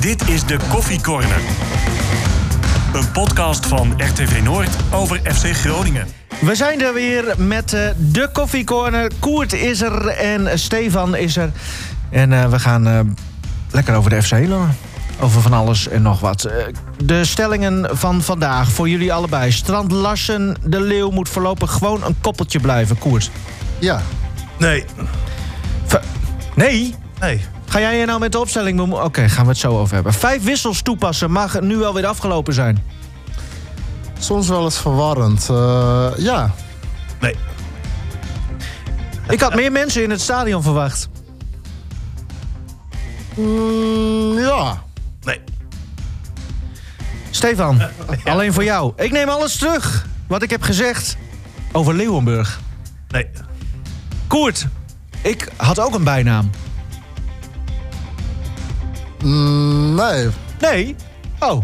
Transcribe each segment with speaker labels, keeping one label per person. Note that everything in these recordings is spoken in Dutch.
Speaker 1: Dit is de Koffie Corner. Een podcast van RTV Noord over FC Groningen.
Speaker 2: We zijn er weer met de Koffie Corner. Koert is er en Stefan is er. En we gaan lekker over de FC lullen. Over van alles en nog wat. De stellingen van vandaag voor jullie allebei. Strand Larsen, De Leeuw moet voorlopig gewoon een koppeltje blijven. Koert?
Speaker 3: Ja.
Speaker 4: Nee.
Speaker 2: Nee?
Speaker 4: Nee.
Speaker 2: Ga jij je nou met de opstelling bemoeien? Oké, gaan we het zo over hebben. 5 wissels toepassen mag nu wel weer afgelopen zijn.
Speaker 3: Soms wel eens verwarrend. Ja.
Speaker 4: Nee.
Speaker 2: Ik had meer mensen in het stadion verwacht.
Speaker 3: Ja.
Speaker 4: Nee.
Speaker 2: Stefan, alleen voor jou. Ik neem alles terug wat ik heb gezegd over Leeuwenburg.
Speaker 4: Nee.
Speaker 2: Koert, ik had ook een bijnaam.
Speaker 3: Nee.
Speaker 2: Nee? Oh.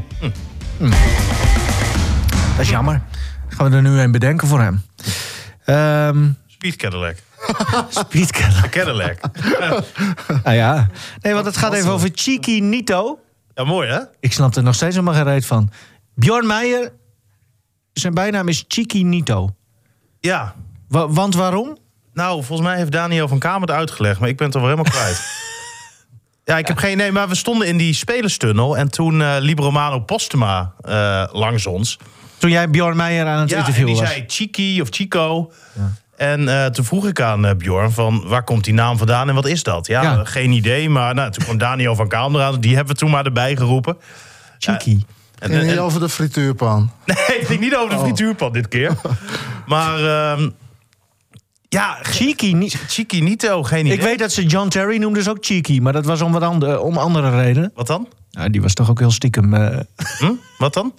Speaker 2: Dat is jammer. Gaan we er nu een bedenken voor hem.
Speaker 4: Speed Cadillac.
Speaker 2: Speed Cadillac.
Speaker 4: Cadillac.
Speaker 2: Nou ja. Nee, want het gaat even over Chiki Nito.
Speaker 4: Ja, mooi hè?
Speaker 2: Ik snap er nog steeds helemaal geen reet van. Bjorn Meijer, zijn bijnaam is Chiki Nito.
Speaker 4: Ja.
Speaker 2: Want waarom?
Speaker 4: Nou, volgens mij heeft Daniel van Kamer het uitgelegd, maar ik ben het er wel helemaal kwijt. Ja, ik heb geen idee, maar we stonden in die spelerstunnel en toen liep Romano Postema langs ons.
Speaker 2: Toen jij Bjorn Meijer aan het interviewen was.
Speaker 4: Ja, en die zei Chiki of Chico. Ja. En toen vroeg ik aan Bjorn van waar komt die naam vandaan en wat is dat? Ja. Geen idee, maar toen kwam Daniel van Kamer aan. Die hebben we toen maar erbij geroepen.
Speaker 2: Chiki.
Speaker 3: En niet over de frituurpan.
Speaker 4: Nee, ik denk niet over de frituurpan dit keer. Maar ja, Chiki Nito, geen idee.
Speaker 2: Ik weet dat ze John Terry noemden, dus ook Chiki. Maar dat was om andere redenen.
Speaker 4: Wat dan?
Speaker 2: Nou, die was toch ook heel stiekem.
Speaker 4: Wat dan?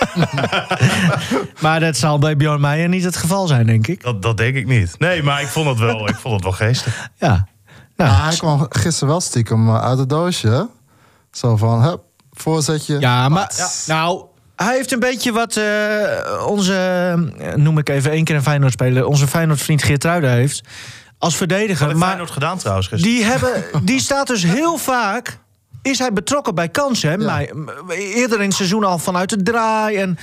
Speaker 2: Maar dat zal bij Bjorn Meijer niet het geval zijn, denk ik.
Speaker 4: Dat denk ik niet. Nee, maar ik vond het wel geestig.
Speaker 2: Ja. Nou,
Speaker 3: hij kwam gisteren wel stiekem uit het doosje. Zo van, hup, voorzetje.
Speaker 2: Ja, maar nou, hij heeft een beetje wat onze, noem ik even 1 keer een Feyenoord speler, onze Feyenoord-vriend Geertruida heeft als verdediger.
Speaker 4: Wat heeft
Speaker 2: maar
Speaker 4: Feyenoord gedaan trouwens gisteren?
Speaker 2: Die staat dus heel vaak. Is hij betrokken bij kansen? Ja. Eerder in het seizoen al vanuit de draai. En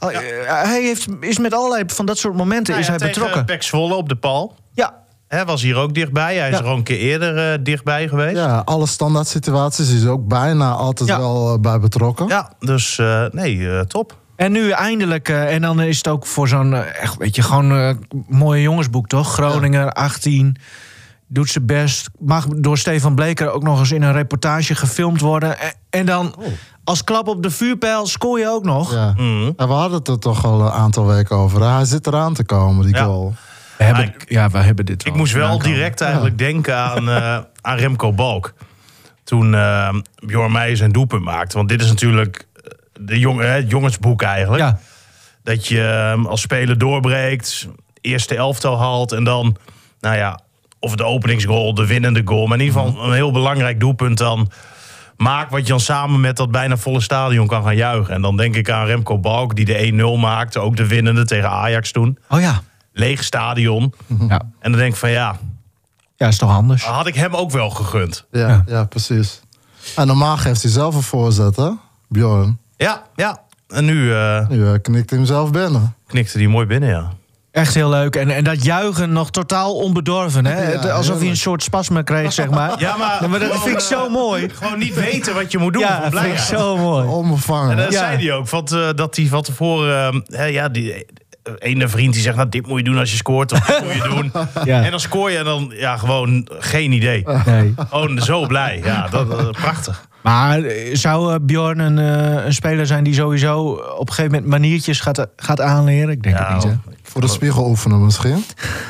Speaker 2: hij is met allerlei van dat soort momenten is hij betrokken.
Speaker 4: Tegen PEC Zwolle op de Pal.
Speaker 2: Ja.
Speaker 4: Hij was hier ook dichtbij. Hij is er ook een keer eerder dichtbij geweest.
Speaker 3: Ja, alle standaard situaties is ook bijna altijd wel bij betrokken.
Speaker 4: Ja, dus top.
Speaker 2: En nu eindelijk, en dan is het ook voor zo'n echt, weet je, gewoon mooie jongensboek, toch? Groningen, 18... doet zijn best. Mag door Stefan Bleker ook nog eens in een reportage gefilmd worden. En dan als klap op de vuurpijl scoor je ook nog.
Speaker 3: Ja. En we hadden het er toch al een aantal weken over. Hij zit eraan te komen, die goal.
Speaker 2: We hebben dit wel.
Speaker 4: Ik moest wel direct eigenlijk denken aan Remco Balk. Toen Bjorn Meijer zijn doelpunt maakte. Want dit is natuurlijk het jongensboek eigenlijk. Ja. Dat je als speler doorbreekt, eerste elftal haalt en dan, of de openingsgoal, de winnende goal. Maar in ieder geval een heel belangrijk doelpunt dan maakt, wat je dan samen met dat bijna volle stadion kan gaan juichen. En dan denk ik aan Remco Balk, die de 1-0 maakte. Ook de winnende tegen Ajax toen.
Speaker 2: Oh ja.
Speaker 4: Leeg stadion. Ja. En dan denk ik van ja,
Speaker 2: is toch anders?
Speaker 4: Had ik hem ook wel gegund.
Speaker 3: Ja, precies. En normaal geeft hij zelf een voorzet, hè? Bjorn.
Speaker 4: Ja. En nu
Speaker 3: knikt hij hem zelf binnen.
Speaker 4: Knikte hij mooi binnen, ja.
Speaker 2: Echt heel leuk. En dat juichen nog totaal onbedorven. Hè?
Speaker 3: Ja,
Speaker 2: alsof hij een soort spasme kreeg, zeg maar.
Speaker 4: Ja, maar
Speaker 2: dat vind ik zo mooi.
Speaker 4: Gewoon niet weten wat je moet doen.
Speaker 2: Ja, dat vind ik zo mooi.
Speaker 3: Onbevangen.
Speaker 4: En dat zei hij ook. Dat hij van tevoren... die ene vriend die zegt, dit moet je doen als je scoort. Of dit moet je doen. Ja. En dan scoor je en dan gewoon geen idee.
Speaker 2: Nee.
Speaker 4: Gewoon zo blij. Ja, dat prachtig.
Speaker 2: Maar zou Bjorn een speler zijn die sowieso op een gegeven moment maniertjes gaat aanleren? Ik denk het niet, hè?
Speaker 3: Voor de spiegel oefenen misschien.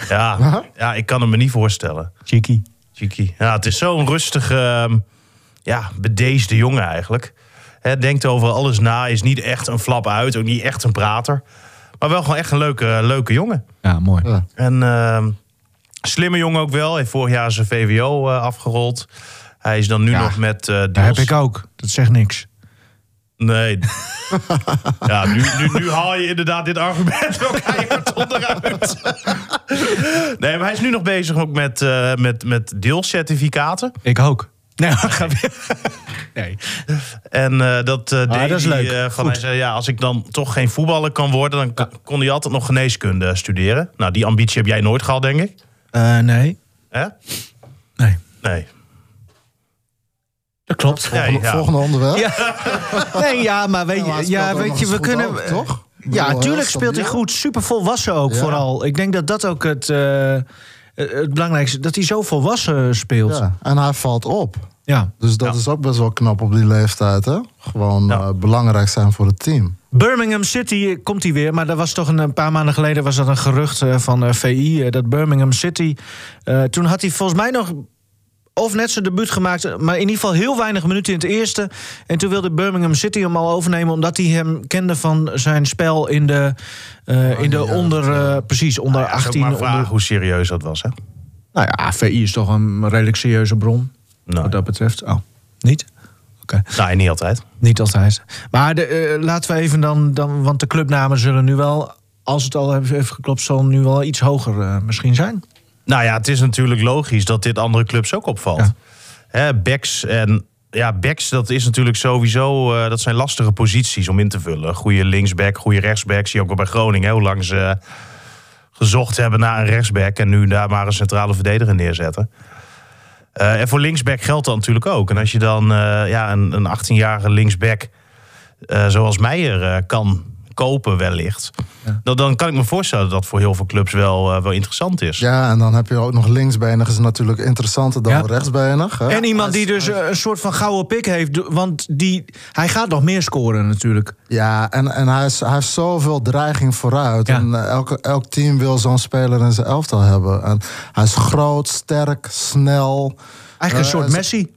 Speaker 4: Ja, ik kan hem me niet voorstellen.
Speaker 2: Chiki.
Speaker 4: Ja, het is zo'n rustige, bedeesde jongen eigenlijk. Denkt over alles na, is niet echt een flap uit, ook niet echt een prater. Maar wel gewoon echt een leuke jongen.
Speaker 2: Ja, mooi.
Speaker 3: Ja.
Speaker 4: En slimme jongen ook wel. Heeft vorig jaar zijn VWO afgerold. Hij is dan nu nog met
Speaker 2: dat heb ik ook. Dat zegt niks.
Speaker 4: Nee. Ja, nu haal je inderdaad dit argument wel keihard onderuit. Nee, maar hij is nu nog bezig ook met deelcertificaten.
Speaker 2: Ik ook. Nee. Nee.
Speaker 4: En dat deed
Speaker 2: dat is
Speaker 4: hij
Speaker 2: leuk.
Speaker 4: van. Hij zei, als ik dan toch geen voetballer kan worden... dan kon hij altijd nog geneeskunde studeren. Nou, die ambitie heb jij nooit gehad, denk ik.
Speaker 2: Nee.
Speaker 4: Hè? Nee.
Speaker 2: Dat klopt.
Speaker 3: Volgende onderwerp.
Speaker 2: Ja. Nee, maar weet je, we kunnen...
Speaker 3: Ook, toch?
Speaker 2: Ja, natuurlijk speelt hij goed. Super volwassen ook, vooral. Ik denk dat dat ook het belangrijkste... dat hij zo volwassen speelt.
Speaker 3: Ja, en hij valt op.
Speaker 2: Ja.
Speaker 3: Dus dat is ook best wel knap op die leeftijd, hè? Gewoon belangrijk zijn voor het team.
Speaker 2: Birmingham City komt hij weer, maar dat was toch een paar maanden geleden... was dat een gerucht van VI, dat Birmingham City... toen had hij volgens mij nog... of net zijn debuut gemaakt, maar in ieder geval heel weinig minuten in het eerste. En toen wilde Birmingham City hem al overnemen... omdat hij hem kende van zijn spel in de onder 18.
Speaker 4: Maar vragen hoe serieus dat was, hè?
Speaker 2: Nou ja, VI is toch een redelijk serieuze bron, wat dat betreft. Oh, niet? Oké.
Speaker 4: Nee, niet altijd.
Speaker 2: Niet altijd. Maar laten we even dan... want de clubnamen zullen nu wel, als het al heeft geklopt... zal nu wel iets hoger misschien zijn.
Speaker 4: Nou ja, het is natuurlijk logisch dat dit andere clubs ook opvalt. Ja. Backs backs, dat is natuurlijk sowieso... dat zijn lastige posities om in te vullen. Goede linksback, goede rechtsback. Zie je ook al bij Groningen, hoe lang ze gezocht hebben naar een rechtsback... en nu daar maar een centrale verdediger neerzetten. En voor linksback geldt dat natuurlijk ook. En als je dan een 18-jarige linksback zoals Meijer kan kopen wellicht... Ja. Dan kan ik me voorstellen dat dat voor heel veel clubs wel interessant is.
Speaker 3: Ja, en dan heb je ook nog linksbenig, is natuurlijk interessanter dan rechtsbenig. Hè?
Speaker 2: En iemand die dus een soort van gouden pik heeft, want hij gaat nog meer scoren natuurlijk.
Speaker 3: Ja, en hij heeft zoveel dreiging vooruit. Ja. En elk team wil zo'n speler in zijn elftal hebben. En hij is groot, sterk, snel.
Speaker 2: Eigenlijk een soort Messi.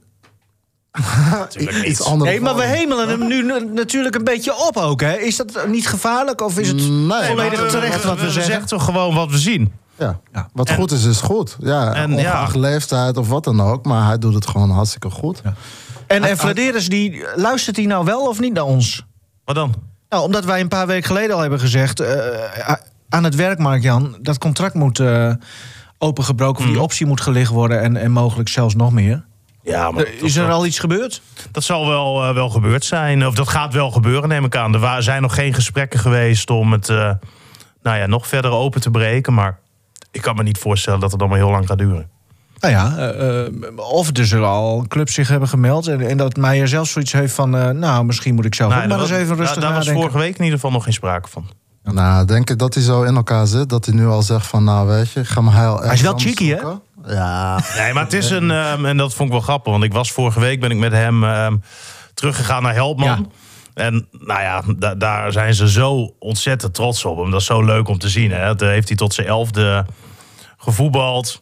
Speaker 3: Iets anders.
Speaker 2: Nee, maar we hemelen hem nu natuurlijk een beetje op ook, hè? Is dat niet gevaarlijk of is het volledig terecht wat we zeggen?
Speaker 4: We zeggen toch gewoon wat we zien.
Speaker 3: Ja. Wat goed is goed. Ja, ongeacht leeftijd of wat dan ook. Maar hij doet het gewoon hartstikke goed. Ja.
Speaker 2: En Vladeris, luistert hij nou wel of niet naar ons?
Speaker 4: Wat dan?
Speaker 2: Nou, omdat wij een paar weken geleden al hebben gezegd... aan het werk, Mark-Jan, dat contract moet opengebroken... of die optie moet gelicht worden en mogelijk zelfs nog meer. Ja, maar is er al iets gebeurd?
Speaker 4: Dat zal wel gebeurd zijn. Of dat gaat wel gebeuren, neem ik aan. Er zijn nog geen gesprekken geweest om het nog verder open te breken. Maar ik kan me niet voorstellen dat het allemaal heel lang gaat duren.
Speaker 2: Nou ja, of er zullen al clubs zich hebben gemeld... en dat Meijer zelf zoiets heeft van... misschien moet ik zelf ook maar eens even rustig nadenken.
Speaker 4: Daar was vorige week in ieder geval nog geen sprake van.
Speaker 3: Nou, denk ik dat hij zo in elkaar zit... dat hij nu al zegt van, nou weet je, ga maar heel erg.
Speaker 2: Hij is wel cheeky, hè?
Speaker 3: Ja.
Speaker 4: Nee, maar het is en dat vond ik wel grappig... want vorige week ben ik met hem teruggegaan naar Helpman... Ja. En nou ja, daar zijn ze zo ontzettend trots op hem. Dat is zo leuk om te zien. Hè? Dat heeft hij tot zijn 11e gevoetbald.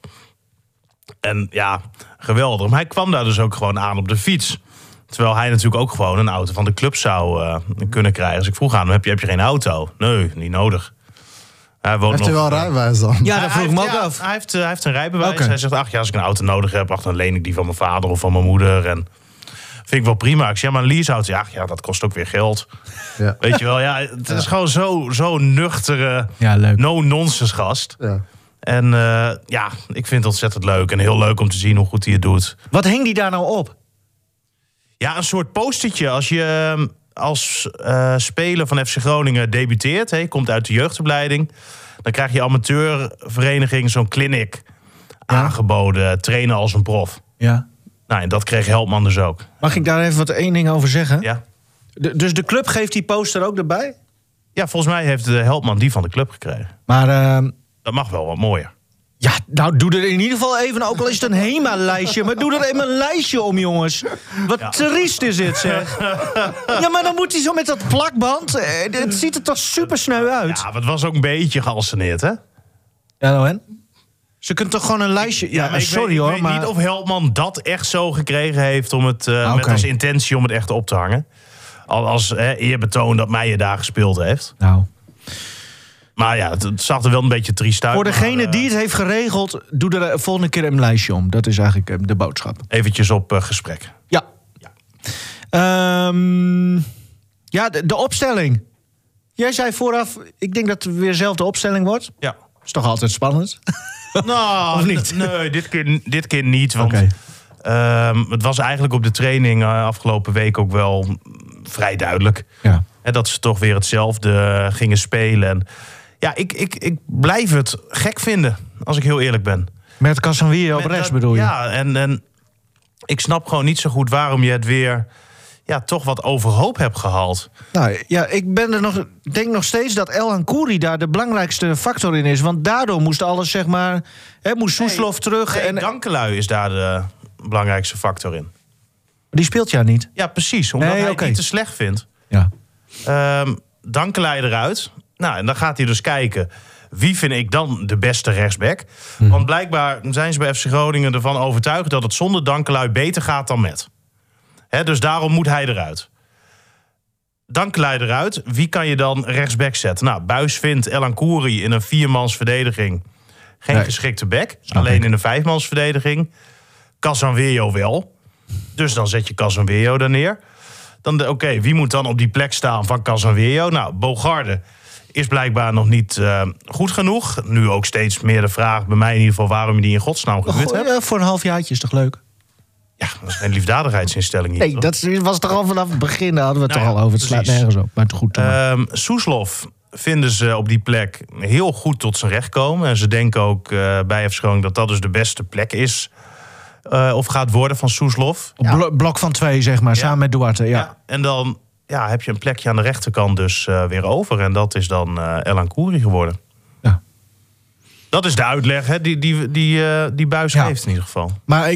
Speaker 4: En ja, geweldig. Maar hij kwam daar dus ook gewoon aan op de fiets. Terwijl hij natuurlijk ook gewoon een auto van de club zou kunnen krijgen. Dus ik vroeg aan hem, heb je geen auto? Nee, niet nodig.
Speaker 3: Heeft hij wel een rijbewijs dan?
Speaker 2: Ja, dat vroeg ik me ook af.
Speaker 4: Hij heeft een rijbewijs. Okay. Hij zegt, als ik een auto nodig heb... dan leen ik die van mijn vader of van mijn moeder. En vind ik wel prima. Ik zeg, maar een leaseauto, dat kost ook weer geld. Ja. Weet je wel, het is gewoon zo nuchtere, no-nonsense gast. Ja. En ik vind het ontzettend leuk. En heel leuk om te zien hoe goed hij het doet.
Speaker 2: Wat hing die daar nou op?
Speaker 4: Ja, een soort postertje. Als je als speler van FC Groningen debuteert... je komt uit de jeugdopleiding... dan krijg je amateurvereniging zo'n clinic aangeboden. Trainen als een prof. Ja. Nou, en dat kreeg Helpman dus ook.
Speaker 2: Mag ik daar even één ding over zeggen?
Speaker 4: Ja.
Speaker 2: Dus de club geeft die poster ook erbij?
Speaker 4: Ja, volgens mij heeft de Helpman die van de club gekregen.
Speaker 2: Maar
Speaker 4: dat mag wel wat mooier.
Speaker 2: Ja, nou doe er in ieder geval even, ook al is het een HEMA-lijstje... maar doe er even een lijstje om, jongens. Wat triest is dit, zeg. Ja, maar dan moet hij zo met dat plakband... het ziet er toch super sneu uit.
Speaker 4: Ja, maar het was ook een beetje gehalceneerd, hè?
Speaker 2: Ja, nou en? Ze kunnen toch gewoon een lijstje... Ja, maar
Speaker 4: ik weet niet of Helpman dat echt zo gekregen heeft... om het met als intentie om het echt op te hangen. Als eerbetoon dat Meijer daar gespeeld heeft.
Speaker 2: Nou...
Speaker 4: Maar ja, het zag er wel een beetje triest uit.
Speaker 2: Voor degene die het heeft geregeld, doe er volgende keer een lijstje om. Dat is eigenlijk de boodschap.
Speaker 4: Eventjes op gesprek.
Speaker 2: Ja. De opstelling. Jij zei vooraf, ik denk dat het weer dezelfde opstelling wordt.
Speaker 4: Ja.
Speaker 2: Is toch altijd spannend?
Speaker 4: Nou,
Speaker 2: of niet?
Speaker 4: Nee, dit keer niet. Want Het was eigenlijk op de training afgelopen week ook wel vrij duidelijk.
Speaker 2: Ja.
Speaker 4: Dat ze toch weer hetzelfde gingen spelen. En ja, ik blijf het gek vinden, als ik heel eerlijk ben.
Speaker 2: Met Casemiro op rechts bedoel je?
Speaker 4: Ja, en ik snap gewoon niet zo goed waarom je het weer toch wat overhoop hebt gehaald.
Speaker 2: Nou ja, ik denk nog steeds dat Elhan Kouri daar de belangrijkste factor in is. Want daardoor moest alles, zeg maar... moest Soeslof terug.
Speaker 4: Nee, Dankelui is daar de belangrijkste factor in.
Speaker 2: Die speelt ja niet?
Speaker 4: Ja, precies. Omdat hij het niet te slecht vindt.
Speaker 2: Ja.
Speaker 4: Dankelui eruit. Nou, en dan gaat hij dus kijken... Wie vind ik dan de beste rechtsback? Want blijkbaar zijn ze bij FC Groningen ervan overtuigd... dat het zonder Dankelui beter gaat dan met. Dus daarom moet hij eruit. Dankelui eruit. Wie kan je dan rechtsback zetten? Nou, Buijs vindt Elhan Kouri in een 4-mans verdediging... geen geschikte back. Alleen in een 5-mans verdediging. Casemiro wel. Dus dan zet je Casemiro daar neer. Dan, oké, wie moet dan op die plek staan van Casemiro? Nou, Bogarde... is blijkbaar nog niet goed genoeg. Nu ook steeds meer de vraag bij mij in ieder geval... waarom je die in godsnaam gehuurd hebt.
Speaker 2: Ja, voor een halfjaartje is toch leuk?
Speaker 4: Ja, dat is geen liefdadigheidsinstelling hier.
Speaker 2: Nee,
Speaker 4: toch?
Speaker 2: dat was toch al vanaf het begin... daar hadden we het toch al over. Het slaat nergens op. Maar goed.
Speaker 4: Soeslof vinden ze op die plek heel goed tot zijn recht komen. En ze denken ook bij FC Groningen dat dus de beste plek is... of gaat worden van Soeslof.
Speaker 2: Blok van 2, zeg maar, samen met Duarte. Ja.
Speaker 4: En dan heb je een plekje aan de rechterkant dus weer over. En dat is dan Elhan Kouri geworden. Ja. Dat is de uitleg hè, die Buijs heeft in ieder geval.
Speaker 3: Maar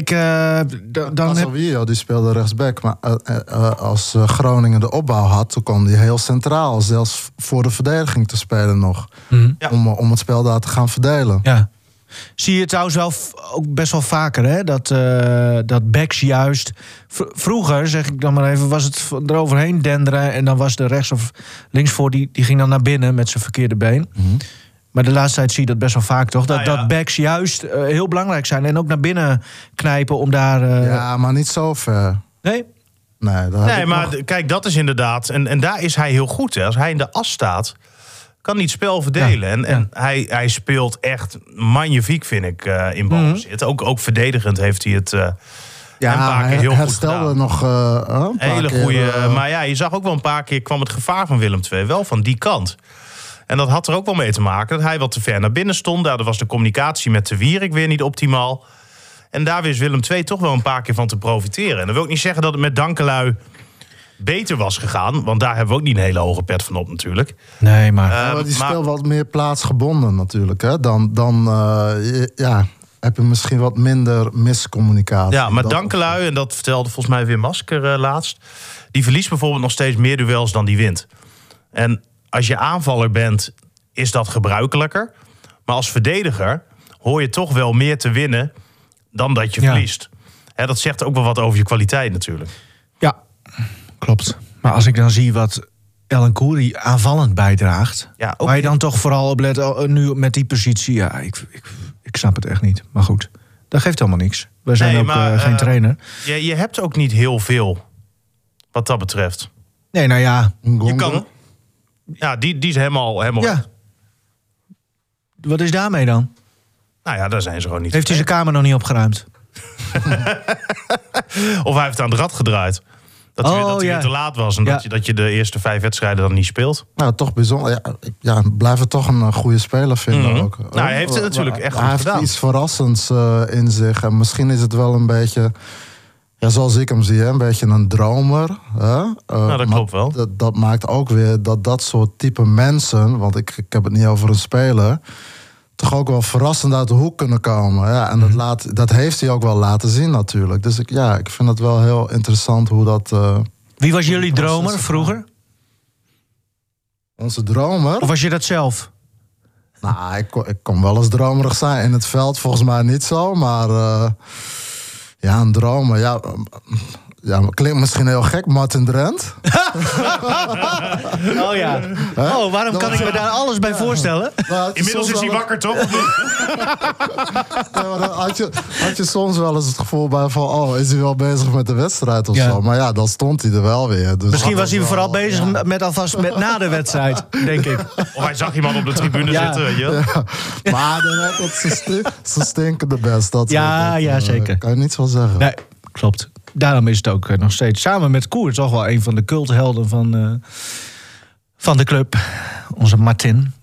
Speaker 3: Casemiro die speelde rechtsback. Maar als Groningen de opbouw had... toen kwam hij heel centraal. Zelfs voor de verdediging te spelen nog. Om het spel daar te gaan verdelen.
Speaker 2: Ja. Zie je trouwens wel ook best wel vaker, hè? Dat backs juist... Vroeger, zeg ik dan maar even, was het eroverheen denderen... en dan was de rechts of links voor, die ging dan naar binnen met zijn verkeerde been. Maar de laatste tijd zie je dat best wel vaak, toch? Dat backs juist heel belangrijk zijn en ook naar binnen knijpen om daar...
Speaker 3: Ja, maar niet zo ver.
Speaker 2: Nee?
Speaker 4: Nee, maar kijk, dat is inderdaad... En daar is hij heel goed, hè? Als hij in de as staat... kan niet het spel verdelen. En hij speelt echt magnifiek, vind ik, in balbezit. Ook verdedigend heeft hij het een paar keer heel goed gedaan.
Speaker 3: Nog een
Speaker 4: hele goede. Maar je zag ook wel een paar keer kwam het gevaar van Willem II wel van die kant. En dat had er ook wel mee te maken dat hij wat te ver naar binnen stond. Daar was de communicatie met de Wierik weer niet optimaal. En daar wist Willem II toch wel een paar keer van te profiteren. En dat wil ik niet zeggen dat het met Dankelui beter was gegaan. Want daar hebben we ook niet een hele hoge pet van op natuurlijk.
Speaker 2: Nee, maar
Speaker 3: die speelt wat meer plaatsgebonden natuurlijk. Hè? Dan heb je misschien wat minder miscommunicatie.
Speaker 4: Ja, maar Dankelui, en dat vertelde volgens mij weer Masker laatst... die verliest bijvoorbeeld nog steeds meer duels dan die wint. En als je aanvaller bent, is dat gebruikelijker. Maar als verdediger hoor je toch wel meer te winnen dan dat je verliest. Dat zegt ook wel wat over je kwaliteit natuurlijk.
Speaker 2: Ja, klopt. Maar als ik dan zie wat Elhan Kouri aanvallend bijdraagt... waar je dan toch vooral op let nu met die positie... Ja, ik snap het echt niet. Maar goed, dat geeft helemaal niks. We zijn geen trainer.
Speaker 4: Je hebt ook niet heel veel wat dat betreft.
Speaker 2: Nee, nou ja.
Speaker 4: Je kan... Ja, die is helemaal...
Speaker 2: Ja. Wat is daarmee dan?
Speaker 4: Nou ja, daar zijn ze gewoon niet.
Speaker 2: Heeft hij zijn kamer nog niet opgeruimd?
Speaker 4: Of hij heeft aan het rad gedraaid. Dat hij weer te laat was. En dat je de eerste 5 wedstrijden dan niet speelt.
Speaker 3: Nou, toch bijzonder. Blijf het toch een goede speler vinden ook.
Speaker 4: Nou, hij heeft het natuurlijk echt goed gedaan.
Speaker 3: Hij heeft iets verrassends in zich. En misschien is het wel een beetje... Ja, zoals ik hem zie, een beetje een dromer.
Speaker 4: Nou, dat klopt wel.
Speaker 3: Dat maakt ook weer dat soort type mensen... want ik heb het niet over een speler... toch ook wel verrassend uit de hoek kunnen komen. Ja, en dat heeft hij ook wel laten zien natuurlijk. Dus ik vind het wel heel interessant hoe dat...
Speaker 2: Wie was jullie dromer vroeger?
Speaker 3: Onze dromer?
Speaker 2: Of was je dat zelf?
Speaker 3: Nou, ik kon wel eens dromerig zijn. In het veld volgens mij niet zo, maar... een dromer, klinkt misschien heel gek, Martin Drent.
Speaker 2: Oh ja. Waarom kan ik me daar alles bij voorstellen?
Speaker 4: Inmiddels is hij wakker, toch?
Speaker 3: Had je soms wel eens het gevoel bij van... is hij wel bezig met de wedstrijd of zo? Maar dan stond hij er wel weer. Dus
Speaker 2: misschien was hij vooral bezig met na de wedstrijd, denk ik.
Speaker 4: Of hij zag iemand op de tribune zitten, weet je.
Speaker 3: Ja. Maar dan had ze stinken de best.
Speaker 2: Dat zeker.
Speaker 3: Kan je niet zo zeggen.
Speaker 2: Nee. klopt. Daarom is het ook nog steeds samen met Koert toch wel een van de culthelden van de club. Onze Martin.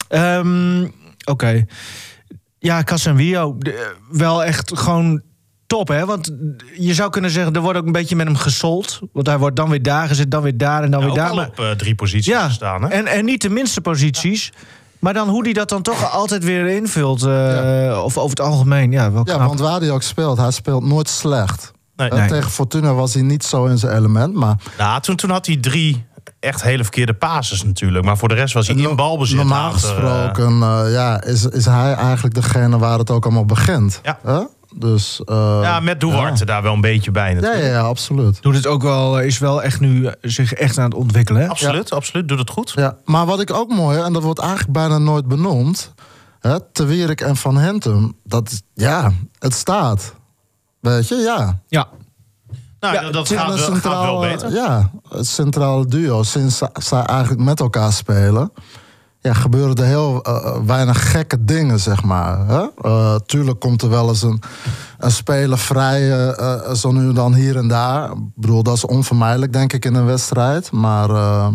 Speaker 2: Oké. Ja, Casemiro. Wel echt gewoon top, hè? Want je zou kunnen zeggen, er wordt ook een beetje met hem gesold. Want hij wordt dan weer daar gezet, dan weer daar en dan weer daar.
Speaker 4: Ook op 3 posities staan, hè?
Speaker 2: En niet de minste posities. Maar dan hoe hij dat dan toch altijd weer invult. Of over het algemeen, wel knap.
Speaker 3: Want waar hij ook speelt, hij speelt nooit slecht.
Speaker 4: Nee.
Speaker 3: Tegen Fortuna was hij niet zo in zijn element. Maar
Speaker 4: toen had hij 3 echt hele verkeerde passes natuurlijk. Maar voor de rest was hij in balbezit.
Speaker 3: Normaal gesproken is hij eigenlijk degene waar het ook allemaal begint.
Speaker 4: Ja.
Speaker 3: Dus,
Speaker 4: met Duarte daar wel een beetje bij natuurlijk.
Speaker 3: Ja, absoluut.
Speaker 2: Doet het ook wel, is wel echt nu zich echt aan het ontwikkelen, hè?
Speaker 4: Absoluut. Doet het goed.
Speaker 3: Ja, maar wat ik ook mooi, en dat wordt eigenlijk bijna nooit benoemd, Te Wierik en Van Hentum, het staat. Weet je,
Speaker 2: Ja.
Speaker 4: Nou, dat gaat wel beter.
Speaker 3: Ja, het centrale duo, sinds zij eigenlijk met elkaar spelen, gebeuren er heel weinig gekke dingen, zeg maar. Tuurlijk komt er wel eens een speler vrij, zo nu dan hier en daar. Ik bedoel, dat is onvermijdelijk, denk ik, in een wedstrijd. Maar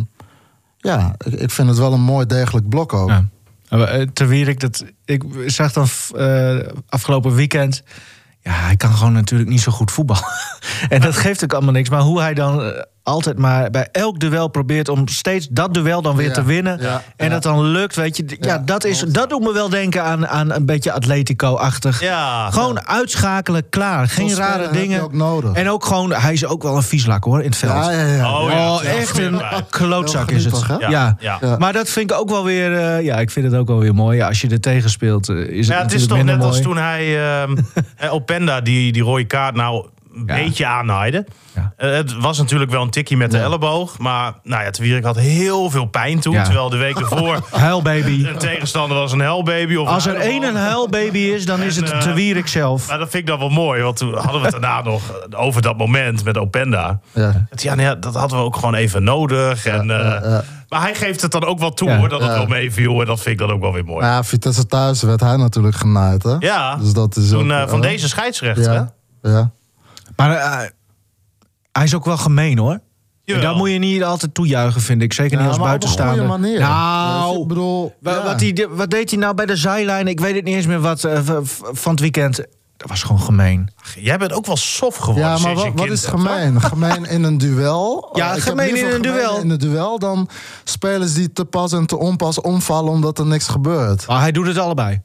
Speaker 3: ik vind het wel een mooi degelijk blok ook.
Speaker 2: Ja. Te Wierik, ik zag dan afgelopen weekend. Ja, hij kan gewoon natuurlijk niet zo goed voetballen. En dat geeft ook allemaal niks. Maar hoe hij dan altijd maar bij elk duel probeert om steeds dat duel dan weer te winnen. Ja, en dat dan lukt, weet je. Dat doet me wel denken aan een beetje Atletico-achtig. Ja, gewoon uitschakelen, klaar. Geen rare dingen.
Speaker 3: Ook nodig.
Speaker 2: En ook gewoon, hij is ook wel een vieslak hoor, in het veld. Echt een klootzak is het. Ja. Maar dat vind ik ook wel weer, ik vind het ook wel weer mooi. Als je er tegen speelt, is het
Speaker 4: is toch net mooi. Als toen hij Openda die rode kaart een beetje aanhaaide. Ja. Het was natuurlijk wel een tikkie met de elleboog. Maar Te Wierik had heel veel pijn toen. Ja. Terwijl de week ervoor
Speaker 2: huilbaby.
Speaker 4: Een tegenstander was een huilbaby.
Speaker 2: Als er een huilbaby is, dan is het Te Wierik zelf.
Speaker 4: Maar dat vind ik dan wel mooi. Want toen hadden we het daarna nog over dat moment met Openda. Ja. Dat hadden we ook gewoon even nodig. En, maar hij geeft het dan ook wel toe hoor, dat het wel meeviel. En dat vind ik dan ook wel weer mooi.
Speaker 3: Ja, Vitesse thuis werd hij natuurlijk genaaid. Hè?
Speaker 4: Ja,
Speaker 3: dus dat is
Speaker 4: toen
Speaker 3: ook,
Speaker 4: van deze scheidsrechter.
Speaker 3: Ja.
Speaker 2: Maar hij is ook wel gemeen, hoor. Dat moet je niet altijd toejuichen, vind ik. Zeker niet als buitenstaander.
Speaker 3: Op een goede manier.
Speaker 2: Nou, ik bedoel, wat deed hij nou bij de zijlijn? Ik weet het niet eens meer wat van het weekend. Dat was gewoon gemeen.
Speaker 4: Jij bent ook wel soft geworden.
Speaker 3: Ja, maar wat is gemeen? Gemeen in een duel?
Speaker 2: Ja, gemeen in een duel.
Speaker 3: In een duel dan spelers die te pas en te onpas omvallen omdat er niks gebeurt.
Speaker 2: Hij doet het allebei.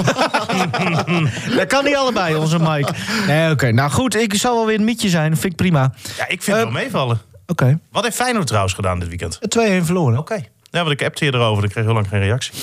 Speaker 2: Dat kan niet allebei, onze Mike. Nee, oké. Nou goed, ik zal wel weer een mietje zijn. Vind ik prima.
Speaker 4: Ja, ik vind het wel meevallen.
Speaker 2: Oké.
Speaker 4: Wat heeft Feyenoord trouwens gedaan dit weekend?
Speaker 2: 2-1 verloren.
Speaker 4: Oké. Ja, want ik appte je erover. Ik kreeg heel lang geen reactie.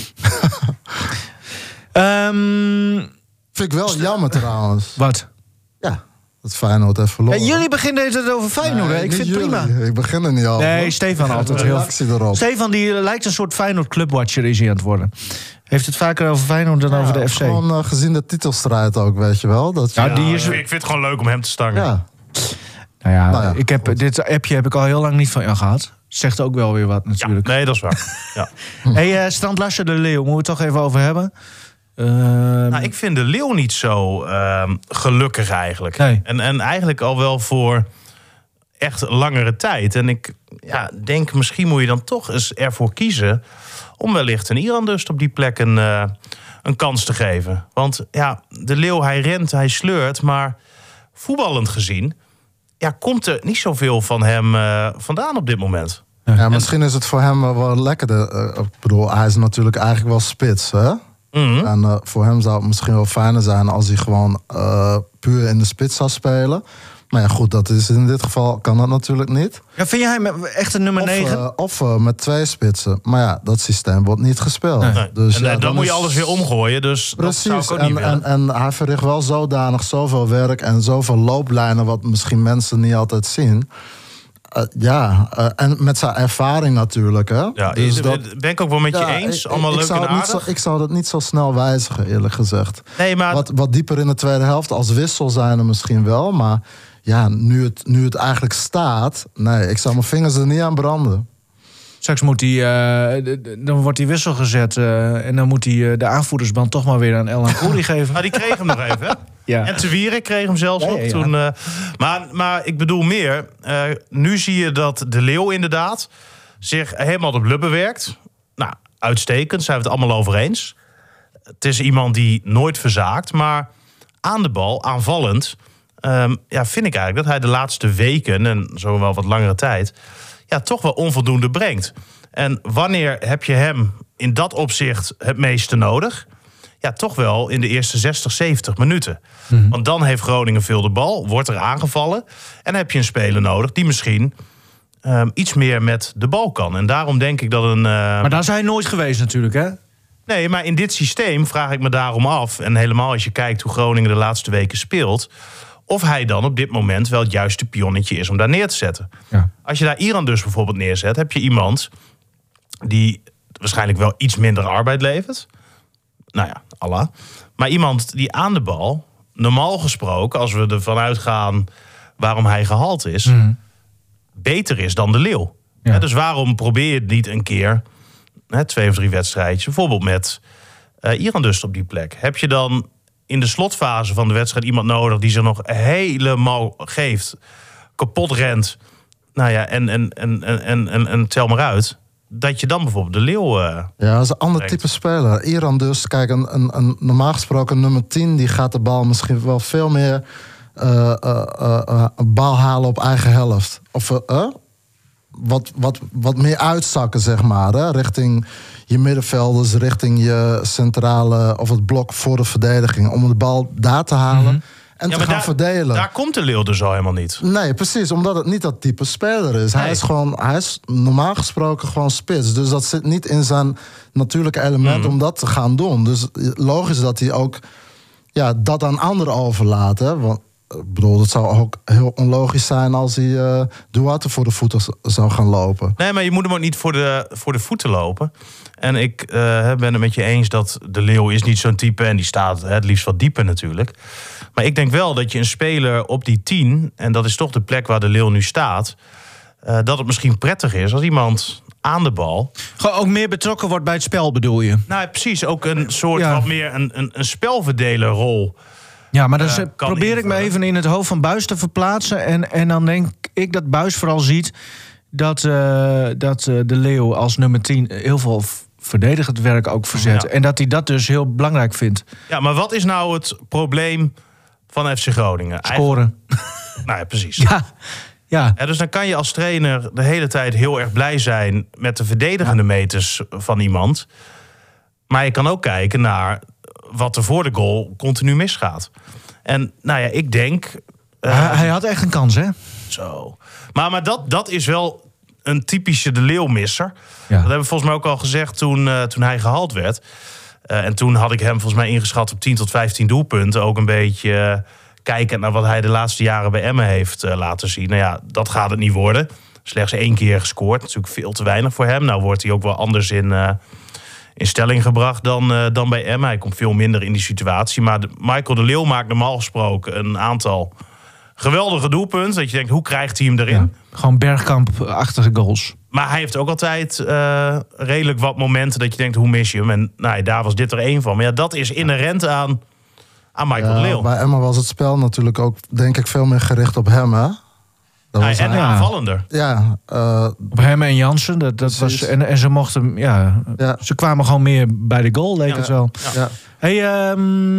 Speaker 3: Vind ik wel jammer trouwens.
Speaker 2: Wat?
Speaker 3: Ja, dat Feyenoord heeft verloren.
Speaker 2: Jullie beginnen het over Feyenoord, hè? Ik vind het prima.
Speaker 3: Ik begin er niet over.
Speaker 2: Nee, Stefan altijd heel. Stefan die lijkt een soort Feyenoord clubwatcher is hij aan het worden. Heeft het vaker over Feyenoord dan over de FC.
Speaker 3: Gewoon gezien de titelstrijd ook, weet je wel. Dat
Speaker 4: ik vind het gewoon leuk om hem te stangen.
Speaker 3: Ja.
Speaker 2: Nou ja, dit appje heb ik al heel lang niet van jou gehad. Zegt ook wel weer wat natuurlijk.
Speaker 4: Ja, nee, dat is waar. Ja.
Speaker 2: Hey, Strand Larsen de Leeuw, moeten we het toch even over hebben?
Speaker 4: Ik vind de Leeuw niet zo gelukkig eigenlijk.
Speaker 2: Nee.
Speaker 4: En eigenlijk al wel voor echt langere tijd. En ik denk, misschien moet je dan toch eens ervoor kiezen om wellicht een Iran-Dust op die plek een kans te geven. Want de Leeuw, hij rent, hij sleurt, maar voetballend gezien komt er niet zoveel van hem vandaan op dit moment.
Speaker 3: Ja, misschien is het voor hem wel lekkerder. Ik bedoel, hij is natuurlijk eigenlijk wel spits, hè? Mm-hmm. En voor hem zou het misschien wel fijner zijn als hij gewoon puur in de spits zou spelen. Maar ja, goed, dat is in dit geval kan dat natuurlijk niet.
Speaker 2: Ja, vind jij hem echt een nummer 9?
Speaker 3: Of met 2 spitsen. Maar ja, dat systeem wordt niet gespeeld.
Speaker 4: Nee. Dus, en dan moet je alles weer omgooien. Dus
Speaker 3: precies,
Speaker 4: dat zou ik ook niet willen.
Speaker 3: En hij verricht wel zodanig zoveel werk en zoveel looplijnen wat misschien mensen niet altijd zien. En met zijn ervaring natuurlijk. Hè?
Speaker 4: Ja, dus dat ben ik ook wel met je eens. Allemaal leuk en aardig.
Speaker 3: Ik zou dat niet zo snel wijzigen, eerlijk gezegd.
Speaker 4: Nee, maar
Speaker 3: wat dieper in de tweede helft, als wissel zijn er misschien wel. Maar ja, nu het eigenlijk staat, nee, ik zou mijn vingers er niet aan branden.
Speaker 2: Straks moet dan wordt hij wissel gezet en dan moet hij de aanvoerdersband toch maar weer aan El Ancoury geven.
Speaker 4: Nou, die kreeg hem nog even. Hè?
Speaker 2: Ja.
Speaker 4: En Te Wierik kreeg hem zelfs op.
Speaker 2: Ja.
Speaker 4: Toen, maar ik bedoel meer. Nu zie je dat De Leeuw inderdaad zich helemaal op Lubbe werkt. Nou, uitstekend, zijn we het allemaal over eens. Het is iemand die nooit verzaakt, maar aan de bal, aanvallend, vind ik eigenlijk dat hij de laatste weken en zo wel wat langere tijd toch wel onvoldoende brengt. En wanneer heb je hem in dat opzicht het meeste nodig? Ja, toch wel in de eerste 60, 70 minuten. Mm-hmm. Want dan heeft Groningen veel de bal, wordt er aangevallen en heb je een speler nodig die misschien iets meer met de bal kan. En daarom denk ik dat een...
Speaker 2: Maar daar is hij nooit geweest natuurlijk, hè?
Speaker 4: Nee, maar in dit systeem vraag ik me daarom af, en helemaal als je kijkt hoe Groningen de laatste weken speelt, of hij dan op dit moment wel het juiste pionnetje is om daar neer te zetten. Ja. Als je daar Iran dus bijvoorbeeld neerzet, heb je iemand die waarschijnlijk wel iets minder arbeid levert. Nou ja, Allah. Maar iemand die aan de bal, normaal gesproken, als we ervan uitgaan waarom hij gehaald is, beter is dan De Leeuw. Ja. Dus waarom probeer je het niet een keer, 2 of 3 wedstrijdjes, bijvoorbeeld met Iran dus op die plek? Heb je dan in de slotfase van de wedstrijd iemand nodig die zich nog helemaal geeft, kapot rent, nou ja, en tel maar uit, dat je dan bijvoorbeeld De Leeuw
Speaker 3: ja, dat is een ander type speler. Iran dus, kijk, een normaal gesproken nummer 10, die gaat de bal misschien wel veel meer bal halen op eigen helft. Of wat meer uitzakken, zeg maar, hè? Richting je middenvelders, richting je centrale of het blok voor de verdediging, om de bal daar te halen en te gaan verdelen.
Speaker 4: Daar komt De Leeuw dus al helemaal niet.
Speaker 3: Nee, precies, omdat het niet dat type speler is. Nee. Hij is normaal gesproken gewoon spits. Dus dat zit niet in zijn natuurlijke element om dat te gaan doen. Dus logisch dat hij ook dat aan anderen overlaat. Hè? Want ik bedoel, het zou ook heel onlogisch zijn als hij Duarte voor de voeten zou gaan lopen.
Speaker 4: Nee, maar je moet hem ook niet voor de voeten lopen. En ik ben het met je eens dat De Leeuw is niet zo'n type en die staat het liefst wat dieper natuurlijk. Maar ik denk wel dat je een speler op die 10, en dat is toch de plek waar De Leeuw nu staat, dat het misschien prettig is als iemand aan de bal
Speaker 2: gewoon ook meer betrokken wordt bij het spel, bedoel je?
Speaker 4: Nou, precies. Ook een soort wat meer een spelverdelerrol.
Speaker 2: Ja, maar dan probeer ik me even in het hoofd van Buijs te verplaatsen. En dan denk ik dat Buijs vooral ziet dat De Leeuw als nummer 10 heel veel verdedigend werk ook verzet. Ja. En dat hij dat dus heel belangrijk vindt.
Speaker 4: Ja, maar wat is nou het probleem van FC Groningen?
Speaker 2: Scoren.
Speaker 4: Nou ja, precies.
Speaker 2: Ja.
Speaker 4: Dus dan kan je als trainer de hele tijd heel erg blij zijn met de verdedigende meters van iemand. Maar je kan ook kijken naar wat er voor de goal continu misgaat. En nou ja, ik denk...
Speaker 2: hij had echt een kans, hè?
Speaker 4: Zo. Maar dat is wel een typische De Leeuw-misser. Ja. Dat hebben we volgens mij ook al gezegd toen hij gehaald werd. En toen had ik hem volgens mij ingeschat op 10 tot 15 doelpunten. Ook een beetje kijkend naar wat hij de laatste jaren bij Emmen heeft laten zien. Nou ja, dat gaat het niet worden. Slechts 1 keer gescoord. Natuurlijk veel te weinig voor hem. Nou wordt hij ook wel anders in stelling gebracht dan bij Emmen. Hij komt veel minder in die situatie. Maar Michael De Leeuw maakt normaal gesproken een aantal geweldige doelpunten. Dat je denkt, hoe krijgt hij hem erin?
Speaker 2: Ja, gewoon Bergkamp-achtige goals.
Speaker 4: Maar hij heeft ook altijd redelijk wat momenten dat je denkt, hoe mis je hem? En daar was dit er 1 van. Maar ja, dat is inherent aan Michael De Leeuw.
Speaker 3: Bij Emma was het spel natuurlijk ook, denk ik, veel meer gericht op hem, hè?
Speaker 4: En aanvallender.
Speaker 3: Ja.
Speaker 2: Op hem en Jansen. Dat was, en ze mochten, ze kwamen gewoon meer bij de goal, leek het wel.
Speaker 3: Ja.
Speaker 2: Hey,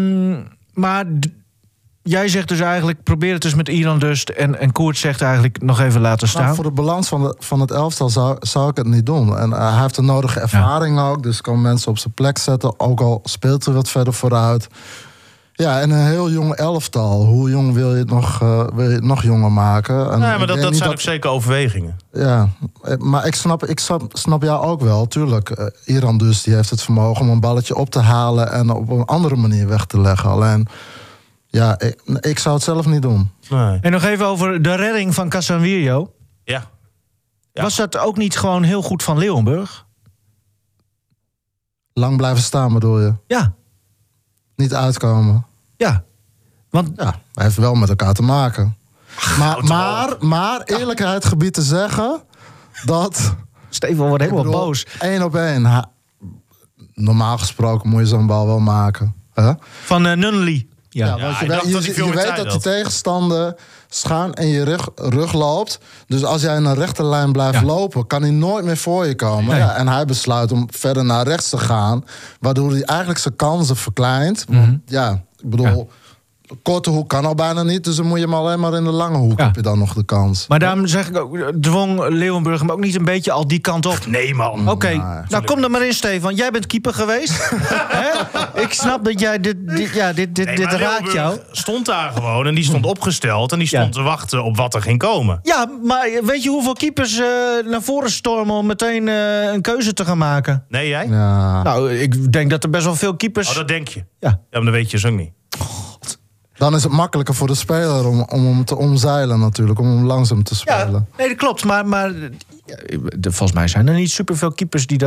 Speaker 2: maar jij zegt dus eigenlijk, probeer het dus met Iran dus. En Koert zegt eigenlijk nog even laten staan.
Speaker 3: Nou, voor de balans van het elftal zou ik het niet doen. En hij heeft de nodige ervaring ook. Dus kan mensen op zijn plek zetten. Ook al speelt hij wat verder vooruit. Ja, en een heel jong elftal. Hoe jong wil je het nog jonger maken? En
Speaker 4: maar dat zijn ook zeker overwegingen.
Speaker 3: Ja, maar ik snap jou ook wel. Tuurlijk, Iran dus, die heeft het vermogen om een balletje op te halen en op een andere manier weg te leggen. Alleen, ja, ik zou het zelf niet doen.
Speaker 4: Nee.
Speaker 2: En nog even over de redding van Casanvirio.
Speaker 4: Ja.
Speaker 2: Was dat ook niet gewoon heel goed van Leeuwenburg?
Speaker 3: Lang blijven staan, bedoel je?
Speaker 2: Ja.
Speaker 3: Niet uitkomen.
Speaker 2: Ja. Want
Speaker 3: hij heeft wel met elkaar te maken. Maar eerlijkheid gebied te zeggen dat
Speaker 2: Steven wordt helemaal boos.
Speaker 3: 1 op 1. Normaal gesproken moet je zo'n bal wel maken. Huh?
Speaker 2: Van Nunnally.
Speaker 3: Ja, want je weet dat die tegenstander schuin in je rug loopt. Dus als jij in een rechte lijn blijft lopen, kan hij nooit meer voor je komen.
Speaker 2: Nee.
Speaker 3: Ja, en hij besluit om verder naar rechts te gaan. Waardoor hij eigenlijk zijn kansen verkleint. Want, ik bedoel, korte hoek kan al bijna niet. Dus dan moet je hem alleen maar in de lange hoek heb je dan nog de kans.
Speaker 2: Maar daarom zeg ik ook, dwong Leeuwenburg hem ook niet een beetje al die kant op?
Speaker 4: Nee, man.
Speaker 2: Oké, nou kom dan maar in, Stefan. Jij bent keeper geweest. Ik snap dat jij dit raakt jou.
Speaker 4: Stond daar gewoon en die stond opgesteld. En die stond te wachten op wat er ging komen.
Speaker 2: Ja, maar weet je hoeveel keepers naar voren stormen om meteen een keuze te gaan maken?
Speaker 4: Nee, jij?
Speaker 3: Ja.
Speaker 2: Nou, ik denk dat er best wel veel keepers...
Speaker 4: Oh, dat denk je?
Speaker 2: Ja,
Speaker 4: maar dan weet je dus ook niet.
Speaker 3: Dan is het makkelijker voor de speler om hem te omzeilen natuurlijk. Om hem langzaam te spelen.
Speaker 2: Ja, nee, dat klopt. Maar volgens mij zijn er niet superveel keepers die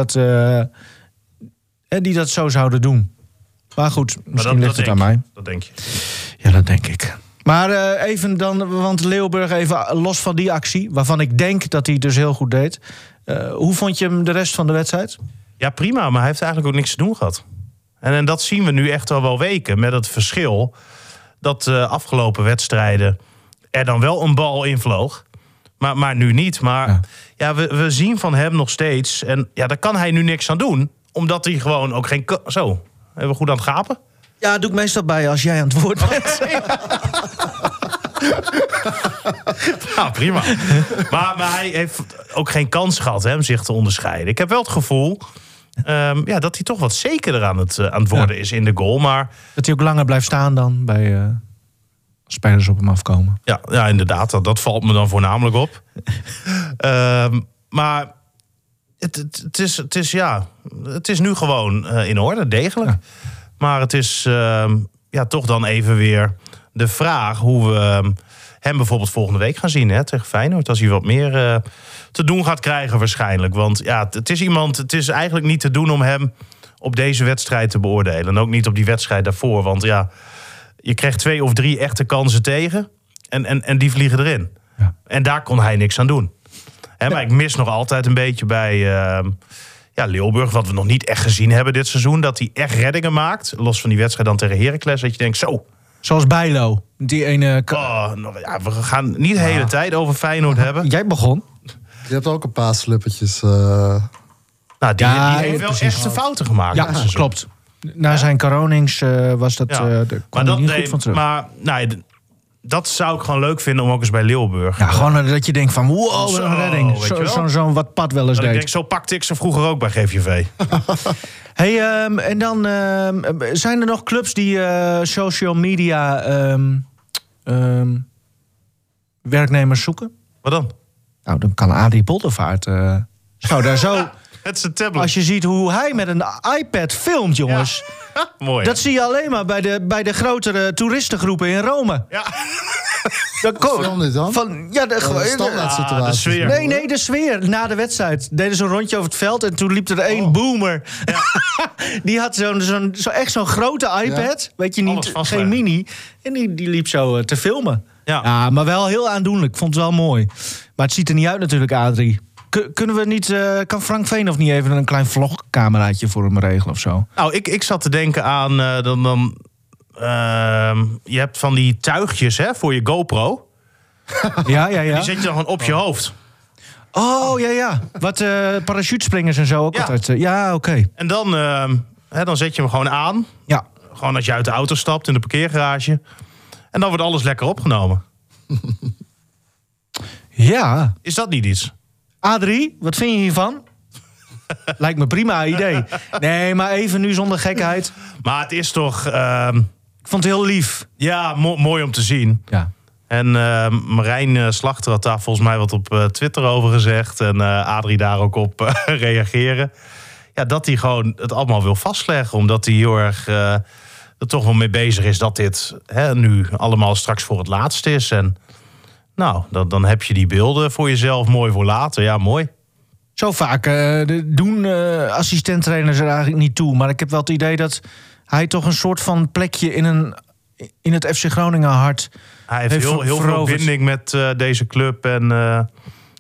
Speaker 2: dat zo zouden doen. Maar goed, misschien ligt het aan mij.
Speaker 4: Dat denk je.
Speaker 2: Ja, dat denk ik. Maar even dan, want Leeuwenburg even los van die actie, waarvan ik denk dat hij het dus heel goed deed. Hoe vond je hem de rest van de wedstrijd?
Speaker 4: Ja, prima, maar hij heeft eigenlijk ook niks te doen gehad. En dat zien we nu echt al wel weken, met het verschil dat afgelopen wedstrijden er dan wel een bal in vloog. Maar nu niet. Maar we zien van hem nog steeds. En ja, daar kan hij nu niks aan doen. Omdat hij gewoon ook geen... Zo, hebben we goed aan het gapen?
Speaker 2: Ja, dat doe ik meestal bij als jij aan het woord bent.
Speaker 4: Nou, prima. Maar hij heeft ook geen kans gehad om zich te onderscheiden. Ik heb wel het gevoel dat hij toch wat zekerder aan het worden is in de goal. Maar
Speaker 2: dat hij ook langer blijft staan dan bij spelers op hem afkomen.
Speaker 4: Ja, inderdaad. Dat valt me dan voornamelijk op. Maar het is nu gewoon in orde, degelijk. Ja. Maar het is toch dan even weer de vraag hoe we hem bijvoorbeeld volgende week gaan zien tegen Feyenoord. Als hij wat meer te doen gaat krijgen waarschijnlijk. Want ja, het is eigenlijk niet te doen om hem op deze wedstrijd te beoordelen. En ook niet op die wedstrijd daarvoor. Want ja, je krijgt 2 of 3 echte kansen tegen. En die vliegen erin. Ja. En daar kon hij niks aan doen. Maar ik mis nog altijd een beetje bij Leeuwenburg, wat we nog niet echt gezien hebben dit seizoen. Dat hij echt reddingen maakt. Los van die wedstrijd dan tegen Heracles. Dat je denkt, zo.
Speaker 2: Zoals Bijlo. Die ene...
Speaker 4: we gaan niet de hele tijd over Feyenoord hebben.
Speaker 2: Jij begon.
Speaker 3: Je hebt ook een paar slippertjes.
Speaker 4: Die heeft wel echte fouten gemaakt.
Speaker 2: Ja, klopt. Na zijn Karonings was dat...
Speaker 4: maar dat niet goed van terug. Maar dat zou ik gewoon leuk vinden om ook eens bij Leeuwenburg.
Speaker 2: Ja, gewoon dat je denkt van wow, een redding. Zo'n wat Pad wel eens deed.
Speaker 4: Ik denk, zo pakte ik ze vroeger ook bij GVV.
Speaker 2: Hey, en dan zijn er nog clubs die social media werknemers zoeken?
Speaker 4: Wat dan?
Speaker 2: Nou, dan kan Adrie Poldervaart zou daar zo...
Speaker 4: Het is een tablet.
Speaker 2: Als je ziet hoe hij met een iPad filmt, jongens.
Speaker 4: Ja. Mooi.
Speaker 2: Dat zie je alleen maar bij de grotere toeristengroepen in Rome.
Speaker 3: Ja. Film dit dan?
Speaker 4: De sfeer.
Speaker 2: Nee, de sfeer. Na de wedstrijd deden ze een rondje over het veld en toen liep er 1 boomer. Ja. Die had echt zo'n grote iPad. Ja. Weet je niet, geen mini. En die liep zo te filmen. Ja, maar wel heel aandoenlijk. Ik vond het wel mooi. Maar het ziet er niet uit natuurlijk, Adrie. Kunnen we niet, kan Frank Veenhoff niet even een klein vlogcameraatje voor hem regelen of zo?
Speaker 4: Nou, ik zat te denken aan je hebt van die tuigjes voor je GoPro.
Speaker 2: Ja.
Speaker 4: Die zet je dan gewoon op je hoofd.
Speaker 2: Oh, ja. Wat parachutespringers en zo ook altijd. Ja, oké.
Speaker 4: En dan zet je hem gewoon aan.
Speaker 2: Ja.
Speaker 4: Gewoon als je uit de auto stapt in de parkeergarage. En dan wordt alles lekker opgenomen.
Speaker 2: Ja.
Speaker 4: Is dat niet iets?
Speaker 2: Adrie, wat vind je hiervan? Lijkt me prima idee. Nee, maar even nu zonder gekheid.
Speaker 4: Maar het is toch...
Speaker 2: Ik vond het heel lief.
Speaker 4: Ja, mooi om te zien.
Speaker 2: Ja.
Speaker 4: En Marijn Slachter had daar volgens mij wat op Twitter over gezegd. En Adrie daar ook op reageren. Ja, dat hij gewoon het allemaal wil vastleggen. Omdat hij heel erg er toch wel mee bezig is dat dit nu allemaal straks voor het laatst is. En nou, dan heb je die beelden voor jezelf mooi voor later. Ja, mooi.
Speaker 2: Zo vaak doen assistenttrainers er eigenlijk niet toe. Maar ik heb wel het idee dat hij toch een soort van plekje in het FC Groningen hart
Speaker 4: hij heeft heel veel binding met deze club. En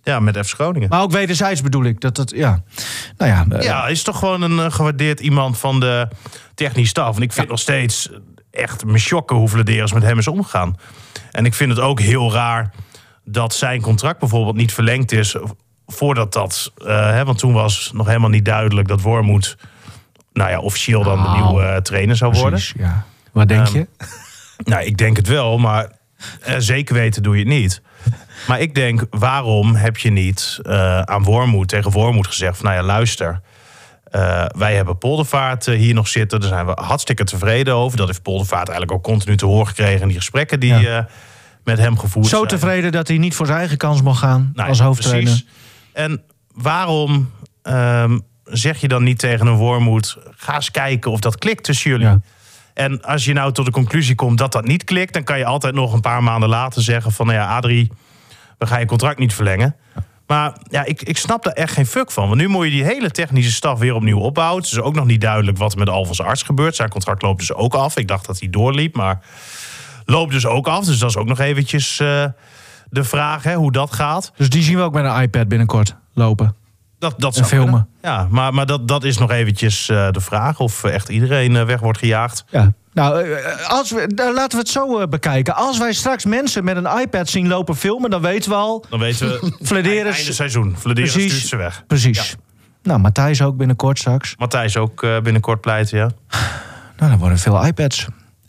Speaker 4: met FC Groningen.
Speaker 2: Maar ook wederzijds bedoel ik.
Speaker 4: Hij is toch gewoon een gewaardeerd iemand van de technische staf. En ik vind nog steeds echt me shocken hoe Vladeris met hem is omgegaan. En ik vind het ook heel raar dat zijn contract bijvoorbeeld niet verlengd is voordat dat... want toen was nog helemaal niet duidelijk dat Wormoed officieel dan de nieuwe trainer zou worden.
Speaker 2: Precies, ja. Wat denk je?
Speaker 4: Ik denk het wel, maar zeker weten doe je het niet. Maar ik denk, waarom heb je niet tegen Wormoed gezegd van, luister, wij hebben Poldervaart hier nog zitten. Daar zijn we hartstikke tevreden over. Dat heeft Poldervaart eigenlijk ook continu te horen gekregen in die gesprekken die met hem gevoerd zijn.
Speaker 2: Zo tevreden dat hij niet voor zijn eigen kans mag gaan als hoofdtrainer. Precies.
Speaker 4: En waarom zeg je dan niet tegen een Wormoed, ga eens kijken of dat klikt tussen jullie? Ja. En als je nou tot de conclusie komt dat dat niet klikt, dan kan je altijd nog een paar maanden later zeggen van, Adrie, we gaan je contract niet verlengen. Maar ik snap daar echt geen fuck van. Want nu moet je die hele technische staf weer opnieuw opbouwen. Het is ook nog niet duidelijk wat er met Alfons Arts gebeurt. Zijn contract loopt dus ook af. Ik dacht dat hij doorliep, maar loopt dus ook af. Dus dat is ook nog eventjes de vraag, hoe dat gaat.
Speaker 2: Dus die zien we ook met een iPad binnenkort lopen.
Speaker 4: Dat zou filmen. Ja, maar dat is nog eventjes de vraag of echt iedereen weg wordt gejaagd.
Speaker 2: Ja. Nou, laten we het zo bekijken. Als wij straks mensen met een iPad zien lopen filmen, dan weten we al.
Speaker 4: Dan weten we
Speaker 2: Vladeris,
Speaker 4: einde seizoen. Vladeris stuurt ze weg.
Speaker 2: Precies. Ja. Nou, Matthijs ook binnenkort straks.
Speaker 4: Matthijs ook binnenkort pleiten, ja.
Speaker 2: Nou, dan worden veel iPads.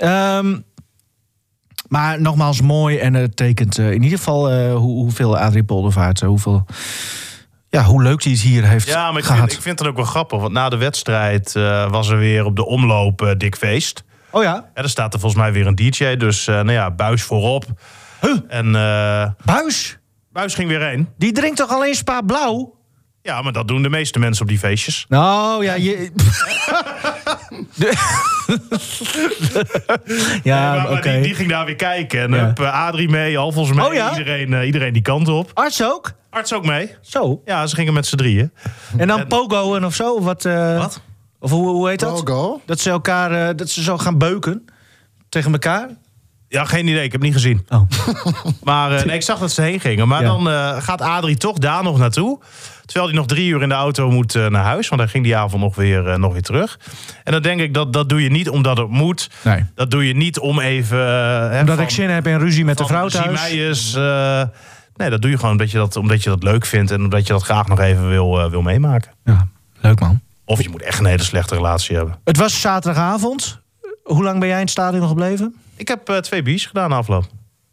Speaker 2: Maar nogmaals mooi en het tekent in ieder geval hoeveel Adrie Poldervaart, hoe leuk hij het hier heeft
Speaker 4: gehad. Ja, maar ik vind het ook wel grappig. Want na de wedstrijd was er weer op de omloop dik feest.
Speaker 2: Oh ja?
Speaker 4: Er staat er volgens mij weer een DJ. Dus Buis voorop.
Speaker 2: Huh?
Speaker 4: En,
Speaker 2: Buis?
Speaker 4: Buis ging weer heen.
Speaker 2: Die drinkt toch alleen Spa Blauw?
Speaker 4: Ja, maar dat doen de meeste mensen op die feestjes.
Speaker 2: Nou, ja...
Speaker 4: maar okay. Die ging daar weer kijken. En heb Adrie mee, Alfons mee.
Speaker 2: Oh, ja?
Speaker 4: Iedereen die kant op.
Speaker 2: Arts ook?
Speaker 4: Arts ook mee.
Speaker 2: Zo?
Speaker 4: Ja, ze gingen met z'n drieën.
Speaker 2: En dan pogo en of zo? Wat? Of hoe heet dat?
Speaker 3: Pogo?
Speaker 2: Dat ze elkaar dat ze zo gaan beuken tegen elkaar?
Speaker 4: Ja, geen idee. Ik heb niet gezien.
Speaker 2: Oh.
Speaker 4: Maar ik zag dat ze heen gingen. Maar dan gaat Adrie toch daar nog naartoe. Terwijl hij nog 3 uur in de auto moet naar huis. Want hij ging die avond nog weer terug. En dan denk ik, dat doe je niet omdat het moet.
Speaker 2: Nee.
Speaker 4: Dat doe je niet om even...
Speaker 2: omdat ik zin heb in ruzie met de vrouw thuis.
Speaker 4: Nee, dat doe je gewoon omdat je dat leuk vindt. En omdat je dat graag nog even wil meemaken.
Speaker 2: Ja, leuk man.
Speaker 4: Of je moet echt een hele slechte relatie hebben.
Speaker 2: Het was zaterdagavond. Hoe lang ben jij in het stadion gebleven?
Speaker 4: Ik heb 2 biers gedaan na afloop.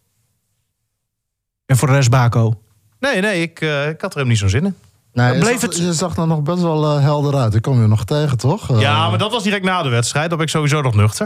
Speaker 2: En voor de rest bako?
Speaker 4: Nee, ik had er helemaal niet zo'n zin in.
Speaker 3: Nee, je zag er nog best wel helder uit. Ik kom je nog tegen, toch?
Speaker 4: Ja, maar dat was direct na de wedstrijd. Dan ben ik sowieso nog nuchter.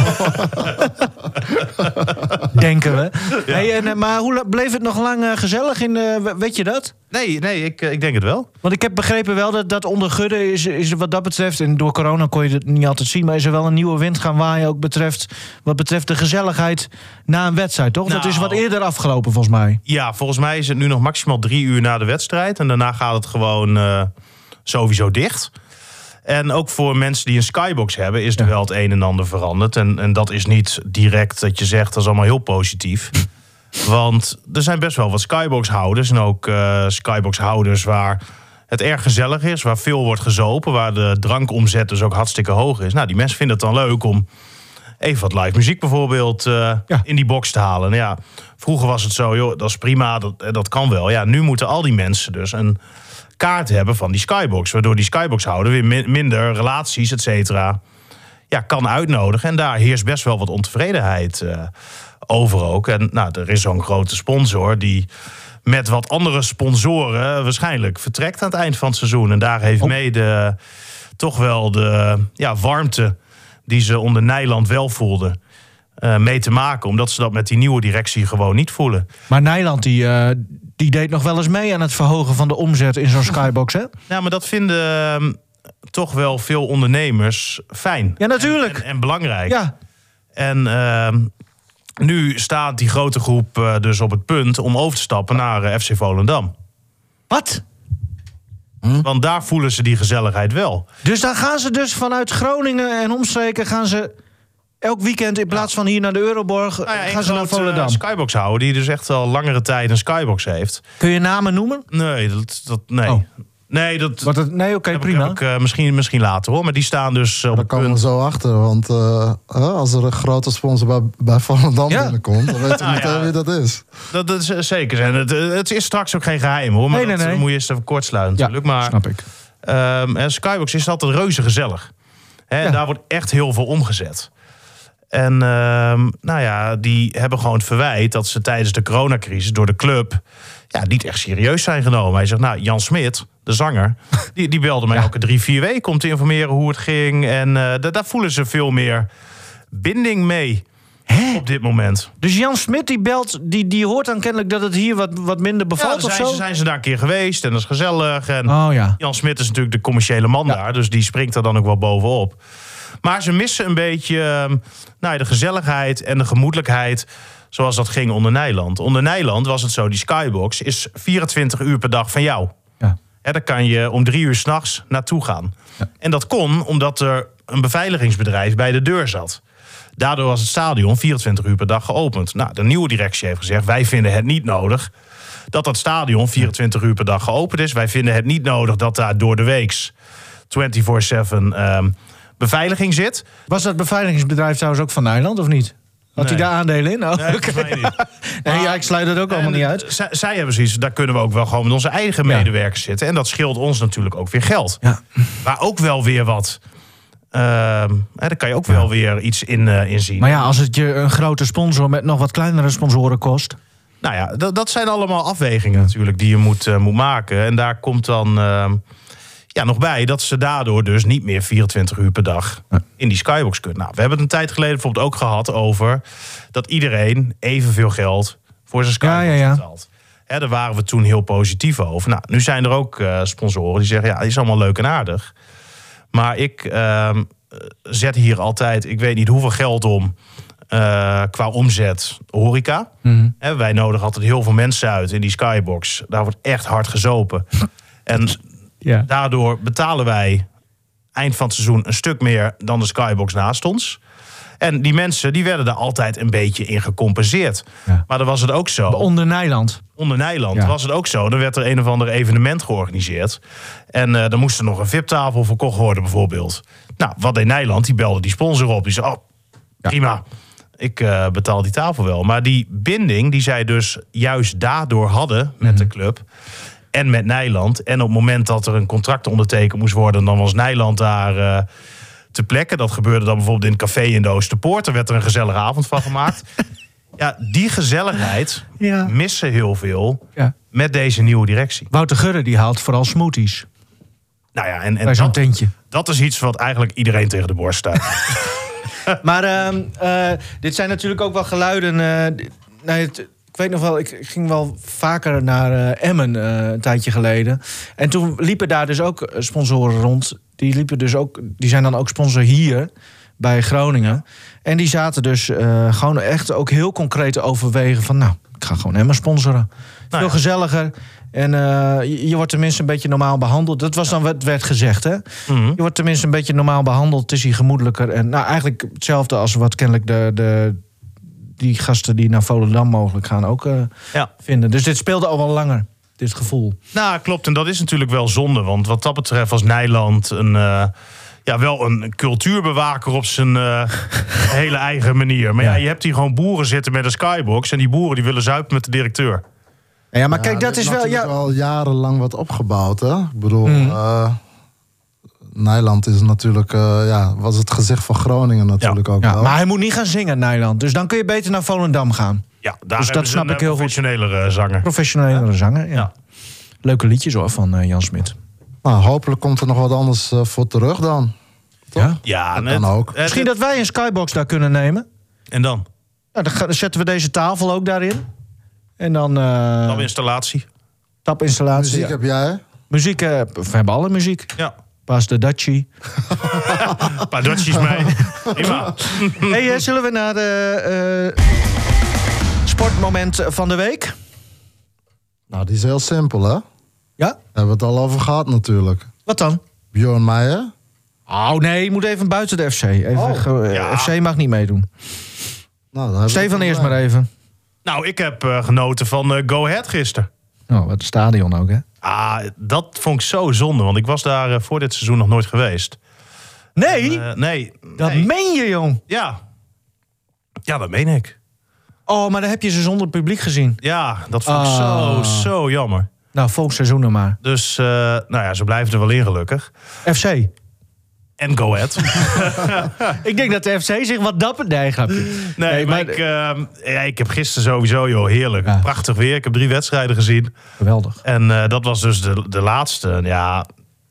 Speaker 2: Denken we. Ja. Hey, maar hoe bleef het nog lang gezellig? Weet je dat?
Speaker 4: Nee, ik denk het wel.
Speaker 2: Want ik heb begrepen wel dat onder Gudde is wat dat betreft... en door corona kon je het niet altijd zien... maar is er wel een nieuwe wind gaan waaien ook wat betreft de gezelligheid na een wedstrijd, toch? Dat is wat eerder afgelopen, volgens mij. Ja,
Speaker 4: volgens mij is het nu nog maximaal 3 uur na de wedstrijd... en daarna gaat het gewoon sowieso dicht. En ook voor mensen die een skybox hebben... is er wel het een en ander veranderd. En dat is niet direct dat je zegt... dat is allemaal heel positief... Want er zijn best wel wat skybox-houders... en ook skybox-houders waar het erg gezellig is... waar veel wordt gezopen, waar de drankomzet dus ook hartstikke hoog is. Nou, die mensen vinden het dan leuk om even wat live muziek bijvoorbeeld in die box te halen. Nou ja, vroeger was het zo, joh, dat is prima, dat kan wel. Ja, nu moeten al die mensen dus een kaart hebben van die skybox... waardoor die skybox-houder weer minder relaties, et cetera... kan uitnodigen. En daar heerst best wel wat ontevredenheid over ook. En er is zo'n grote sponsor die met wat andere sponsoren waarschijnlijk vertrekt aan het eind van het seizoen. En daar heeft mede toch wel de warmte die ze onder Nijland wel voelden mee te maken. Omdat ze dat met die nieuwe directie gewoon niet voelen.
Speaker 2: Maar Nijland die deed nog wel eens mee aan het verhogen van de omzet in zo'n skybox, hè?
Speaker 4: Ja, maar dat vinden toch wel veel ondernemers fijn.
Speaker 2: Ja, natuurlijk.
Speaker 4: En belangrijk.
Speaker 2: Ja.
Speaker 4: En nu staat die grote groep dus op het punt om over te stappen naar FC Volendam.
Speaker 2: Wat?
Speaker 4: Want daar voelen ze die gezelligheid wel.
Speaker 2: Dus dan gaan ze dus vanuit Groningen en omstreken gaan ze elk weekend in plaats van hier naar de Euroborg... gaan ze naar Volendam.
Speaker 4: Skybox houden, die dus echt al langere tijd een Skybox heeft.
Speaker 2: Kun je namen noemen?
Speaker 4: Nee, nee.
Speaker 2: Oh.
Speaker 4: Nee,
Speaker 2: oké, prima.
Speaker 4: Heb ik, misschien later hoor, maar die staan dus op
Speaker 3: daar komen we zo achter, want als er een grote sponsor bij Volendam binnenkomt... dan weten we meteen wie dat is.
Speaker 4: Dat is zeker. En het is straks ook geen geheim hoor, maar dat moet je eerst even kort sluiten natuurlijk. Maar,
Speaker 2: snap ik.
Speaker 4: Skybox is altijd reuze gezellig. Daar wordt echt heel veel omgezet. En die hebben gewoon het verwijt dat ze tijdens de coronacrisis door de club niet echt serieus zijn genomen. Hij zegt, Jan Smit, de zanger, die belde mij elke 3-4 weken om te informeren hoe het ging. En daar voelen ze veel meer binding mee op dit moment.
Speaker 2: Dus Jan Smit die belt, die hoort dan kennelijk dat het hier wat minder bevalt of zo?
Speaker 4: Zijn ze daar een keer geweest en dat is gezellig. En Jan Smit is natuurlijk de commerciële man daar, dus die springt er dan ook wel bovenop. Maar ze missen een beetje de gezelligheid en de gemoedelijkheid zoals dat ging onder Nijland. Onder Nijland was het zo, die Skybox is 24 uur per dag van jou. Ja. Daar kan je om 3 uur 's nachts naartoe gaan. Ja. En dat kon omdat er een beveiligingsbedrijf bij de deur zat. Daardoor was het stadion 24 uur per dag geopend. De nieuwe directie heeft gezegd, wij vinden het niet nodig dat stadion 24 uur per dag geopend is. Wij vinden het niet nodig dat daar door de weeks 24/7 beveiliging zit.
Speaker 2: Was dat beveiligingsbedrijf trouwens ook van Nijland of niet? Had hij daar aandelen in?
Speaker 4: Nee, volgens mij niet.
Speaker 2: Ik sluit het ook allemaal niet uit.
Speaker 4: Zij hebben zoiets, daar kunnen we ook wel gewoon met onze eigen medewerkers zitten. En dat scheelt ons natuurlijk ook weer geld. Ja. Maar ook wel weer wat. Daar kan je ook wel weer iets in zien.
Speaker 2: Maar als het je een grote sponsor met nog wat kleinere sponsoren kost...
Speaker 4: Dat zijn allemaal afwegingen natuurlijk die je moet maken. En daar komt dan nog bij dat ze daardoor dus niet meer 24 uur per dag in die Skybox kunnen. We hebben het een tijd geleden bijvoorbeeld ook gehad over dat iedereen evenveel geld voor zijn Skybox betaalt. Daar waren we toen heel positief over. Nu zijn er ook sponsoren die zeggen, het is allemaal leuk en aardig. Maar ik zet hier altijd, ik weet niet hoeveel geld om qua omzet horeca. Mm-hmm. Wij nodigen altijd heel veel mensen uit in die Skybox. Daar wordt echt hard gezopen. En daardoor betalen wij eind van het seizoen een stuk meer dan de Skybox naast ons. En die mensen die werden daar altijd een beetje in gecompenseerd. Ja. Maar dan was het ook zo.
Speaker 2: Onder Nijland
Speaker 4: was het ook zo. Dan werd er een of ander evenement georganiseerd. En dan moest er nog een VIP-tafel verkocht worden bijvoorbeeld. Wat deed Nijland? Die belde die sponsor op. Die zei, prima, ik betaal die tafel wel. Maar die binding die zij dus juist daardoor hadden met de club en met Nijland. En op het moment dat er een contract ondertekend moest worden, dan was Nijland daar te plekken. Dat gebeurde dan bijvoorbeeld in het café in de Oosterpoort. Er werd er een gezellige avond van gemaakt. Die gezelligheid missen heel veel met deze nieuwe directie.
Speaker 2: Wouter Gurre die haalt vooral smoothies.
Speaker 4: En
Speaker 2: bij zo'n tentje.
Speaker 4: Dat is iets wat eigenlijk iedereen tegen de borst staat.
Speaker 2: Maar dit zijn natuurlijk ook wel geluiden. Ik weet nog wel, ik ging wel vaker naar Emmen een tijdje geleden. En toen liepen daar dus ook sponsoren rond. Die zijn dan ook sponsor hier bij Groningen. En die zaten dus gewoon echt ook heel concreet te overwegen van, ik ga gewoon Emmen sponsoren. Veel gezelliger. En je wordt tenminste een beetje normaal behandeld. Dat was dan wat werd gezegd, hè? Mm-hmm. Je wordt tenminste een beetje normaal behandeld. Het is hier gemoedelijker. En eigenlijk hetzelfde als wat kennelijk die gasten die naar Volendam mogelijk gaan ook vinden. Dus dit speelde al wel langer, dit gevoel.
Speaker 4: Klopt. En dat is natuurlijk wel zonde. Want wat dat betreft was Nijland wel een cultuurbewaker op zijn hele eigen manier. Maar je hebt hier gewoon boeren zitten met een Skybox. En die boeren die willen zuipen met de directeur.
Speaker 2: Ja, maar kijk, dat is wel
Speaker 3: al jarenlang wat opgebouwd, hè? Ik bedoel, Nijland is natuurlijk, was het gezicht van Groningen natuurlijk ook wel.
Speaker 2: Maar hij moet niet gaan zingen, Nijland. Dus dan kun je beter naar Volendam gaan.
Speaker 4: Ja, daar dus dat snap ik heel goed. Professionelere zanger.
Speaker 2: Professionelere zanger, ja. Leuke liedjes hoor, van Jan Smit.
Speaker 3: Hopelijk komt er nog wat anders voor terug dan. Toch?
Speaker 4: Ja,
Speaker 3: dat kan ook.
Speaker 2: Misschien dat wij een Skybox daar kunnen nemen.
Speaker 4: En dan?
Speaker 2: Dan zetten we deze tafel ook daarin. En dan...
Speaker 4: Tapinstallatie.
Speaker 2: Tapinstallatie.
Speaker 3: Muziek heb jij?
Speaker 2: Muziek, we hebben alle muziek.
Speaker 4: Ja.
Speaker 2: Pas de Dutchie.
Speaker 4: Een paar Dutchies mee. Prima.
Speaker 2: Hey, zullen we naar de sportmoment van de week?
Speaker 3: Die is heel simpel, hè?
Speaker 2: Ja?
Speaker 3: Daar hebben we het al over gehad natuurlijk.
Speaker 2: Wat dan?
Speaker 3: Bjorn Meijer.
Speaker 2: Oh nee, je moet even buiten de FC. FC mag niet meedoen.
Speaker 3: Nou,
Speaker 2: Stefan eerst maar even.
Speaker 4: Nou, ik heb genoten van Go Ahead gisteren.
Speaker 2: Oh, wat stadion ook, hè?
Speaker 4: Dat vond ik zo zonde, want ik was daar voor dit seizoen nog nooit geweest.
Speaker 2: Nee?
Speaker 4: Nee.
Speaker 2: Dat meen je, jong?
Speaker 4: Ja, dat meen ik.
Speaker 2: Oh, maar dan heb je ze zonder publiek gezien.
Speaker 4: Ja, dat vond ik zo jammer.
Speaker 2: Nou, volgend seizoen dan maar.
Speaker 4: Dus, ze blijven er wel in, gelukkig.
Speaker 2: FC.
Speaker 4: En Go Ahead.
Speaker 2: Ik denk dat de FC zich wat dapper... Nee, grapje.
Speaker 4: Nee, maar ik heb gisteren sowieso, heerlijk. Ja. Prachtig weer. Ik heb 3 wedstrijden gezien.
Speaker 2: Geweldig.
Speaker 4: En dat was dus de laatste. Ja,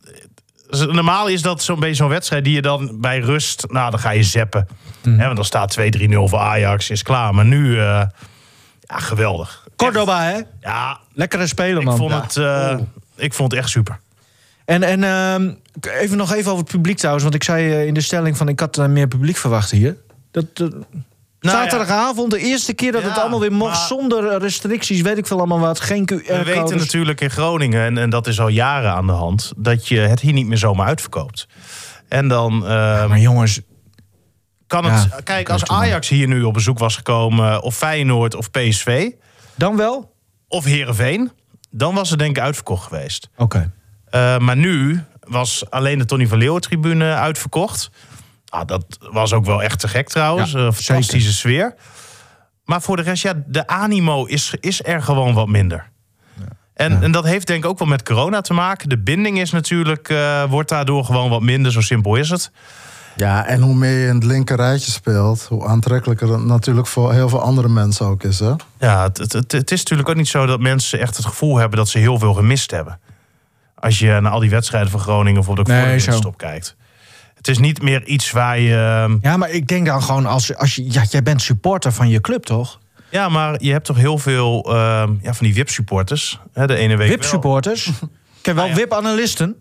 Speaker 4: normaal is dat zo'n beetje zo'n wedstrijd die je dan bij rust... Nou, dan ga je zappen. Want dan staat 2-3-0 voor Ajax, is klaar. Maar nu, geweldig.
Speaker 2: Cordoba, hè?
Speaker 4: Ja.
Speaker 2: Lekkere speler, man.
Speaker 4: Ik vond het echt super.
Speaker 2: En even over het publiek trouwens. Want ik zei in de stelling van ik had meer publiek verwacht hier. Zaterdagavond, de eerste keer dat het allemaal weer mocht zonder restricties, weet ik veel allemaal wat. Geen QR-codes.
Speaker 4: We weten natuurlijk in Groningen, en dat is al jaren aan de hand, dat je het hier niet meer zomaar uitverkoopt. En dan...
Speaker 2: maar jongens...
Speaker 4: Kan het... Kijk, als Ajax hier nu op bezoek was gekomen, of Feyenoord of PSV...
Speaker 2: Dan wel?
Speaker 4: Of Heerenveen, dan was het denk ik uitverkocht geweest.
Speaker 2: Oké.
Speaker 4: Maar nu was alleen de Tony van Leeuwen-tribune uitverkocht. Dat was ook wel echt te gek trouwens. Ja, fantastische sfeer. Maar voor de rest, de animo is er gewoon wat minder. Ja. En dat heeft denk ik ook wel met corona te maken. De binding is natuurlijk, wordt daardoor gewoon wat minder. Zo simpel is het.
Speaker 3: Ja, en hoe meer je in het linker rijtje speelt, hoe aantrekkelijker het natuurlijk voor heel veel andere mensen ook is. Hè?
Speaker 4: Ja, het is natuurlijk ook niet zo dat mensen echt het gevoel hebben dat ze heel veel gemist hebben. Als je naar al die wedstrijden van Groningen bijvoorbeeld ook voor de winterstop kijkt. Het is niet meer iets waar je...
Speaker 2: Ja, maar ik denk dan gewoon als je... Ja, jij bent supporter van je club, toch?
Speaker 4: Ja, maar je hebt toch heel veel van die VIP-supporters. De ene week
Speaker 2: VIP-supporters? Ik heb wel VIP-analisten.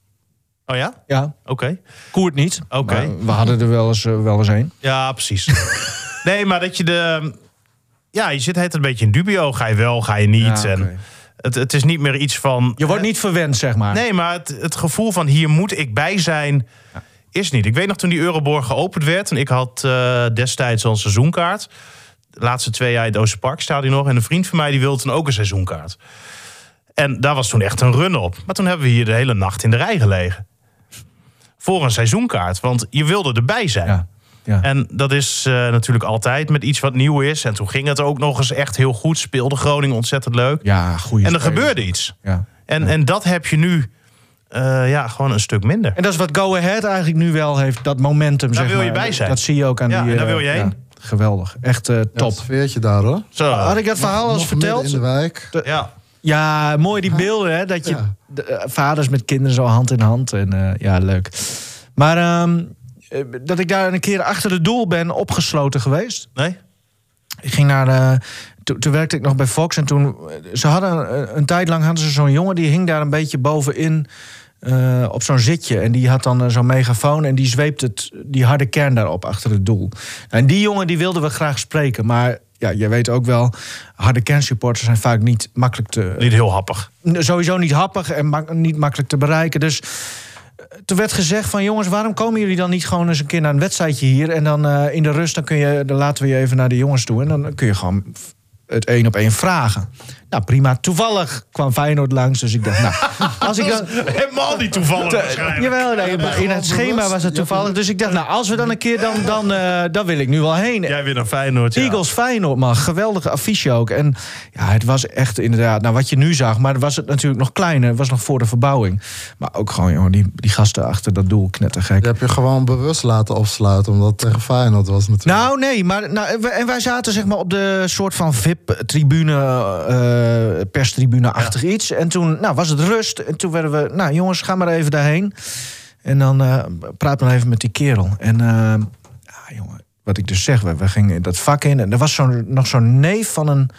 Speaker 4: Oh ja?
Speaker 2: Ja.
Speaker 4: Oké.
Speaker 2: Koert niet.
Speaker 4: Oké.
Speaker 2: We hadden er wel eens een.
Speaker 4: Ja, precies. Nee, maar dat je je zit het een beetje in dubio. Ga je wel, ga je niet. Ja, okay. En het is niet meer iets van...
Speaker 2: Je wordt niet verwend, zeg maar.
Speaker 4: Nee, maar het gevoel van hier moet ik bij zijn, is niet. Ik weet nog toen die Euroborg geopend werd. En ik had destijds al een seizoenkaart. De laatste 2 jaar in het Oosterparkstadion nog. En een vriend van mij die wilde toen ook een seizoenkaart. En daar was toen echt een run op. Maar toen hebben we hier de hele nacht in de rij gelegen. Voor een seizoenkaart. Want je wilde erbij zijn. Ja. Ja. En dat is natuurlijk altijd met iets wat nieuw is. En toen ging het ook nog eens echt heel goed. Speelde Groningen ontzettend leuk.
Speaker 2: Ja, goeie.
Speaker 4: En er gebeurde iets. Ja. En dat heb je nu gewoon een stuk minder.
Speaker 2: En dat is wat Go Ahead eigenlijk nu wel heeft. Dat momentum,
Speaker 4: daar
Speaker 2: zeg
Speaker 4: wil
Speaker 2: maar.
Speaker 4: Je bij zijn.
Speaker 2: Dat zie je ook aan die...
Speaker 4: en daar wil je heen.
Speaker 2: Geweldig. Echt top.
Speaker 3: Ja, het sfeertje daar, hoor.
Speaker 2: Zo. Had ik dat verhaal al verteld?
Speaker 3: In de wijk.
Speaker 2: Ja, mooi die beelden, hè. Dat je vaders met kinderen zo hand in hand. En leuk. Maar dat ik daar een keer achter het doel ben opgesloten geweest.
Speaker 4: Nee?
Speaker 2: Ik ging naar... Toen werkte ik nog bij Fox. En toen... Ze hadden een tijd lang hadden ze zo'n jongen... die hing daar een beetje bovenin op zo'n zitje. En die had dan zo'n megafoon... en die zweept die harde kern daarop achter het doel. En die jongen die wilden we graag spreken. Maar ja, je weet ook wel... harde kernsupporters zijn vaak niet makkelijk te...
Speaker 4: Niet heel happig.
Speaker 2: Sowieso niet happig en niet makkelijk te bereiken. Dus... Toen werd gezegd van jongens, waarom komen jullie dan niet gewoon eens een keer naar een wedstrijdje hier... en dan in de rust dan laten we je even naar de jongens toe... en dan kun je gewoon het 1-op-1 vragen. Nou, prima. Toevallig kwam Feyenoord langs, dus ik dacht, nou... Als ik dan...
Speaker 4: Helemaal niet toevallig waarschijnlijk.
Speaker 2: Jawel, nee, maar in het schema was het toevallig. Dus ik dacht, nou, als we dan een keer, dan wil ik nu wel heen.
Speaker 4: Jij weer naar Feyenoord, ja.
Speaker 2: Eagles Feyenoord, man. Geweldige affiche ook. En ja, het was echt inderdaad... Nou, wat je nu zag, maar was het natuurlijk nog kleiner. Het was nog voor de verbouwing. Maar ook gewoon, jongen, die gasten achter dat doel, knettergek.
Speaker 3: Die heb je gewoon bewust laten opsluiten, omdat het tegen Feyenoord was natuurlijk.
Speaker 2: Nou, nee, maar... en wij zaten zeg maar op de soort van VIP-tribune... perstribune-achtig iets. En toen was het rust. En toen werden we... Nou, jongens, ga maar even daarheen. En dan praat maar even met die kerel. En jongen, wat ik dus zeg, we gingen dat vak in. En er was nog zo'n neef van een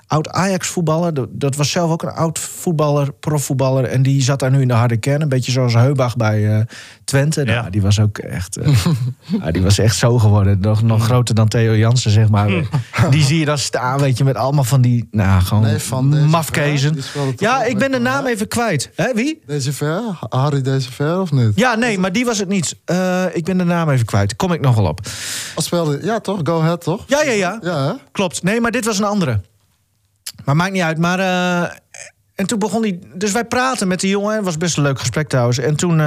Speaker 2: oud Ajax-voetballer. Dat was zelf ook een oud voetballer, profvoetballer. En die zat daar nu in de harde kern. Een beetje zoals Heubach bij Twente.
Speaker 4: Ja.
Speaker 2: Nou, die was ook echt... die was echt zo geworden. Nog groter dan Theo Jansen, zeg maar. Die zie je dan staan, weet je, met allemaal van die... Nou, gewoon mafkezen. Ja, ik ben de naam even kwijt. Hè, wie?
Speaker 3: Dejever? Harry Dejever of niet?
Speaker 2: Ja, nee, maar die was het niet. Ik ben de naam even kwijt. Kom ik nog wel op.
Speaker 3: Speelde, ja, toch? Go Ahead, toch?
Speaker 2: Ja.
Speaker 3: Ja,
Speaker 2: Klopt. Nee, maar dit was een andere. Maar maakt niet uit. Maar, en toen begon hij... Dus wij praten met die jongen. Het was best een leuk gesprek trouwens. En toen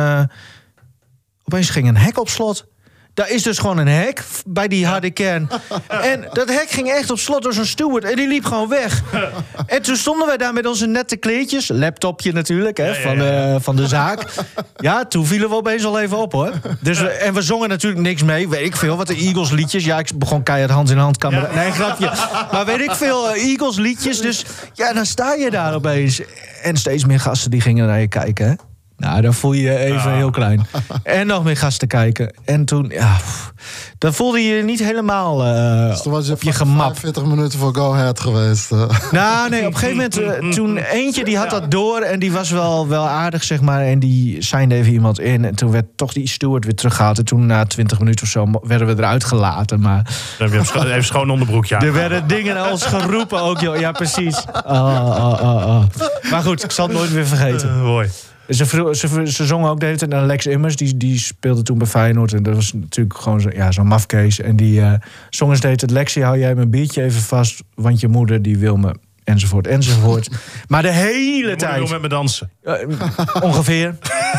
Speaker 2: opeens ging een hek op slot. Daar is dus gewoon een hek bij die harde kern. En dat hek ging echt op slot door zo'n steward. En die liep gewoon weg. En toen stonden wij daar met onze nette kleedjes. Laptopje natuurlijk, hè, van de zaak. Ja, toen vielen we opeens al even op, hoor. Dus en we zongen natuurlijk niks mee. Weet ik veel, wat de Eagles liedjes. Ja, ik begon keihard hand in hand. Nee, grapje. Maar weet ik veel, Eagles liedjes. Dus ja, dan sta je daar opeens. En steeds meer gasten die gingen naar je kijken, hè. Nou, dan voel je je even heel klein. En nog meer gasten kijken. En toen, dan voelde je je niet helemaal
Speaker 3: dus toen was je
Speaker 2: op je gemak.
Speaker 3: 45 minuten voor Go Ahead geweest.
Speaker 2: Nou, nee, op een gegeven moment... toen eentje, die had dat door en die was wel aardig, zeg maar. En die seinde even iemand in. En toen werd toch die steward weer teruggehaald. En toen na 20 minuten of zo werden we eruit gelaten. Maar
Speaker 4: Dan heb je even schoon onderbroekje aan.
Speaker 2: er werden dingen naar ons geroepen ook, joh. Ja, precies. Maar goed, ik zal het nooit meer vergeten.
Speaker 4: Mooi.
Speaker 2: Ze zongen ook de hele tijd naar Lex Immers. Die speelde toen bij Feyenoord. En dat was natuurlijk gewoon zo'n mafkees. En die zongen ze de hele tijd... Lexie, hou jij mijn biertje even vast... want je moeder die wil me... enzovoort. Maar de hele tijd...
Speaker 4: Je wil met me dansen.
Speaker 2: Ongeveer.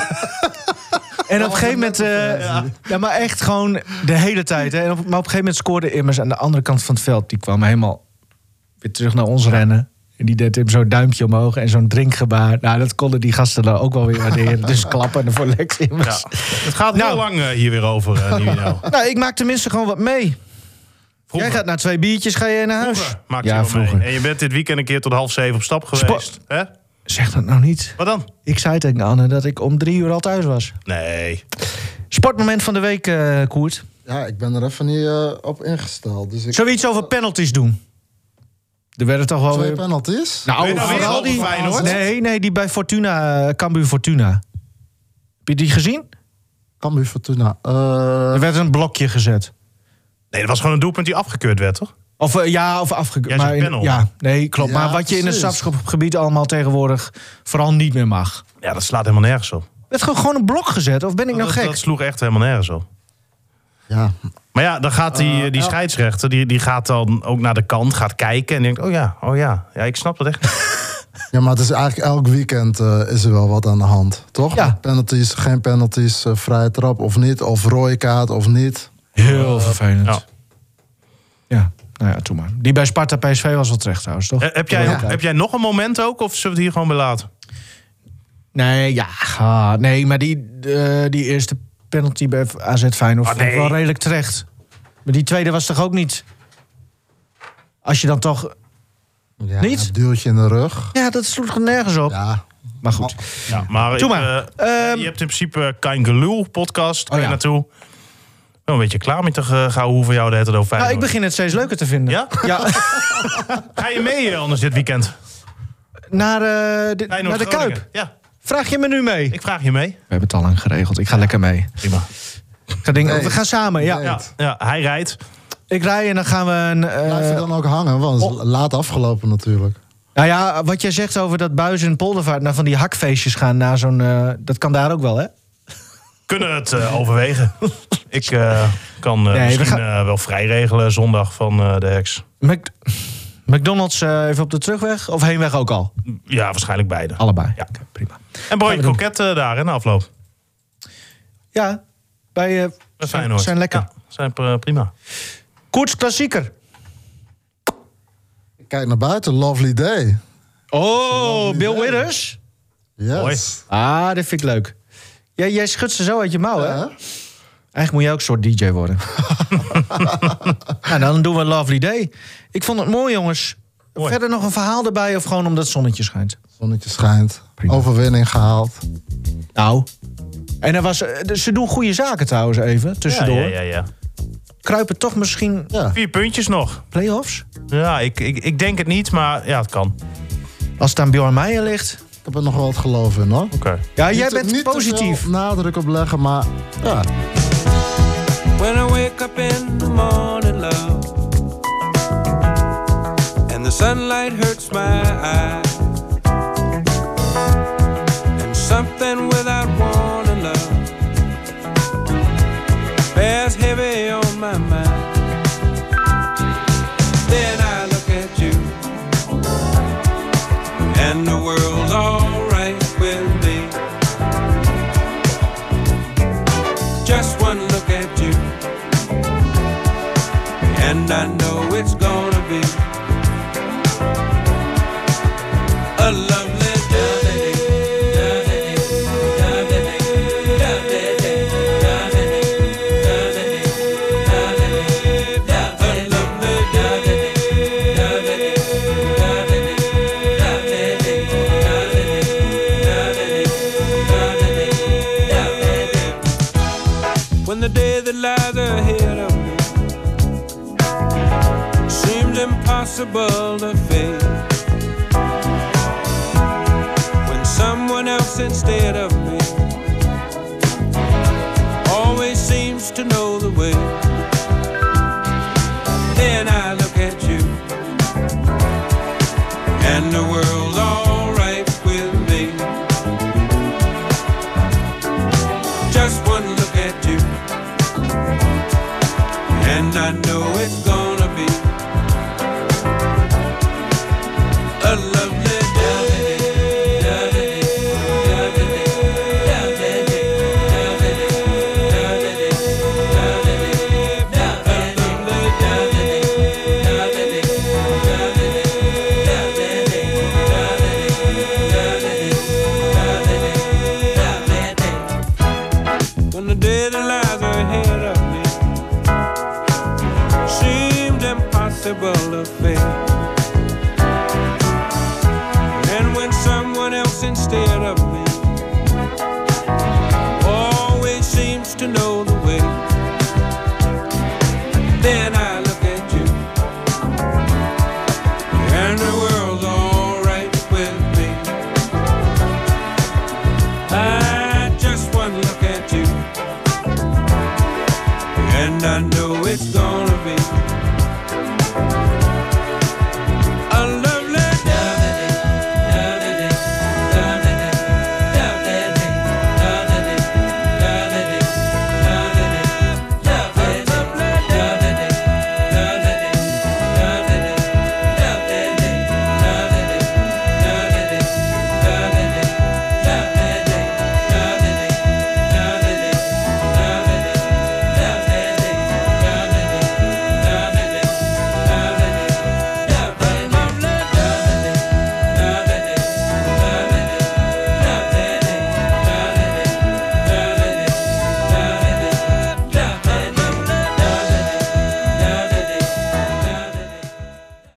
Speaker 2: En op een gegeven moment... ja, maar echt gewoon de hele tijd. Hè. Maar op een gegeven moment scoorde Immers aan de andere kant van het veld. Die kwam helemaal weer terug naar ons rennen. En die deed hem zo'n duimpje omhoog en zo'n drinkgebaar. Nou, dat konden die gasten dan ook wel weer waarderen. Dus klappen voor Lex Immers.
Speaker 4: Ja. Het gaat heel lang hier weer over, Nivino.
Speaker 2: Nou, ik maak tenminste gewoon wat mee.
Speaker 4: Vroeger.
Speaker 2: Jij gaat na 2 biertjes, ga je naar huis.
Speaker 4: Vroeger maak je wel mee. En je bent dit weekend een keer tot 6:30 op stap geweest. Hè?
Speaker 2: Zeg dat nou niet.
Speaker 4: Wat dan?
Speaker 2: Ik zei tegen Anne dat ik om 3 uur al thuis was.
Speaker 4: Nee.
Speaker 2: Sportmoment van de week, Koert.
Speaker 3: Ja, ik ben er even niet op ingesteld. Dus
Speaker 2: Zullen we iets over penalties doen? Er werden toch wel
Speaker 3: 2 penalties?
Speaker 2: Nou, vooral die...
Speaker 4: Feyenoord?
Speaker 2: Nee, die bij Fortuna, Cambuur Fortuna. Heb je die gezien?
Speaker 3: Cambuur Fortuna.
Speaker 2: Er werd een blokje gezet.
Speaker 4: Nee, dat was gewoon een doelpunt die afgekeurd werd, toch?
Speaker 2: Of afgekeurd.
Speaker 4: Ja, panel.
Speaker 2: Ja, nee, klopt.
Speaker 3: Ja,
Speaker 2: maar wat je in het
Speaker 3: precies.
Speaker 2: strafschopgebied allemaal tegenwoordig vooral niet meer mag.
Speaker 4: Ja, dat slaat helemaal nergens op.
Speaker 2: Werd gewoon een blok gezet, of ben ik nou gek?
Speaker 4: Dat sloeg echt helemaal nergens op.
Speaker 3: Ja.
Speaker 4: Maar ja, dan gaat die scheidsrechter, die gaat dan ook naar de kant, gaat kijken en denkt, oh ja, ik snap dat echt niet.
Speaker 3: Ja, maar het is eigenlijk elk weekend is er wel wat aan de hand, toch?
Speaker 2: Ja.
Speaker 3: Penalties, geen penalties, vrije trap of niet, of rode kaart of niet.
Speaker 2: Heel vervelend.
Speaker 4: Ja.
Speaker 2: Ja, nou ja, doe maar. Die bij Sparta PSV was wel terecht trouwens, toch?
Speaker 4: Heb jij nog een moment ook, of zullen we het hier gewoon bij laten?
Speaker 2: Nee, maar die eerste penalty bij AZ Feyenoord vond ik wel redelijk terecht. Maar die tweede was toch ook niet... Als je dan toch...
Speaker 3: Ja,
Speaker 2: Niet?
Speaker 3: een duwtje in de rug.
Speaker 2: Ja, dat sloeg er nergens op.
Speaker 3: Ja.
Speaker 2: Maar goed.
Speaker 4: Ja, maar
Speaker 2: Doe maar.
Speaker 4: je hebt in principe Kein Gelul podcast
Speaker 2: Oh ja.
Speaker 4: naartoe. Wel een beetje klaar met de gauw hoe van jou de het over
Speaker 2: Nou,
Speaker 4: Feyenoord.
Speaker 2: ik begin het steeds leuker te vinden.
Speaker 4: Ja?
Speaker 2: Ja.
Speaker 4: Ga je mee anders dit weekend?
Speaker 2: Naar de
Speaker 4: Groningen.
Speaker 2: Kuip.
Speaker 4: Ja,
Speaker 2: Vraag je me nu mee?
Speaker 4: ik vraag je mee.
Speaker 2: We hebben het al lang geregeld. Ik ga lekker mee.
Speaker 4: Prima.
Speaker 2: We gaan samen, ja.
Speaker 3: Nee.
Speaker 4: Ja, hij rijdt.
Speaker 2: Ik rij en dan gaan we...
Speaker 3: Blijf je dan ook hangen, want het is laat afgelopen natuurlijk.
Speaker 2: Nou ja, wat jij zegt over dat Buizen en Poldervaart... naar van die hakfeestjes gaan, naar zo'n... dat kan daar ook wel, hè?
Speaker 4: Kunnen het overwegen. Ik kan
Speaker 2: Nee, we
Speaker 4: misschien wel vrij regelen zondag van de Heks.
Speaker 2: McDonald's even op de terugweg of heenweg ook al?
Speaker 4: Ja, waarschijnlijk beide.
Speaker 2: Allebei.
Speaker 4: Ja.
Speaker 2: Oké, prima.
Speaker 4: En broodje kroket daar in de afloop.
Speaker 2: Ja, bij
Speaker 4: Feyenoord.
Speaker 2: zijn lekker.
Speaker 4: Ja, zijn prima.
Speaker 2: Koerts klassieker.
Speaker 3: Kijk naar buiten, lovely day.
Speaker 2: Oh, Bill Withers.
Speaker 3: Yes.
Speaker 4: Mooi.
Speaker 2: Ah, dat vind ik leuk. Jij schudt ze zo uit je mouw, hè?
Speaker 3: Ja.
Speaker 2: Eigenlijk moet jij ook een soort DJ worden. Nou, dan doen we een lovely day. Ik vond het mooi, jongens.
Speaker 4: Mooi.
Speaker 2: Verder nog een verhaal erbij of gewoon omdat het zonnetje schijnt?
Speaker 3: Zonnetje schijnt.
Speaker 2: Prima.
Speaker 3: Overwinning gehaald.
Speaker 2: Nou. En er was, ze doen goede zaken trouwens even, tussendoor.
Speaker 4: Ja.
Speaker 2: kruipen toch misschien
Speaker 4: 4 puntjes nog.
Speaker 2: play-offs?
Speaker 4: Ja, ik denk het niet, maar ja, het kan.
Speaker 2: Als het aan Bjorn Meijer ligt.
Speaker 3: Ik heb er nog wel wat geloof in, hoor.
Speaker 4: Oké.
Speaker 2: Ja, jij
Speaker 3: Niet
Speaker 2: bent positief.
Speaker 3: Te veel nadruk op leggen, maar ja.
Speaker 5: When I wake up in the morning, love, and the sunlight hurts my eyes, and something without warning, love, bears heavy on my mind. Then I look at you, and the world's alright with me. Just one look at you, and I know it's gonna be a lovely day. When the day that lies ahead of me seems impossible to face, when someone else instead of me always seems to know the way,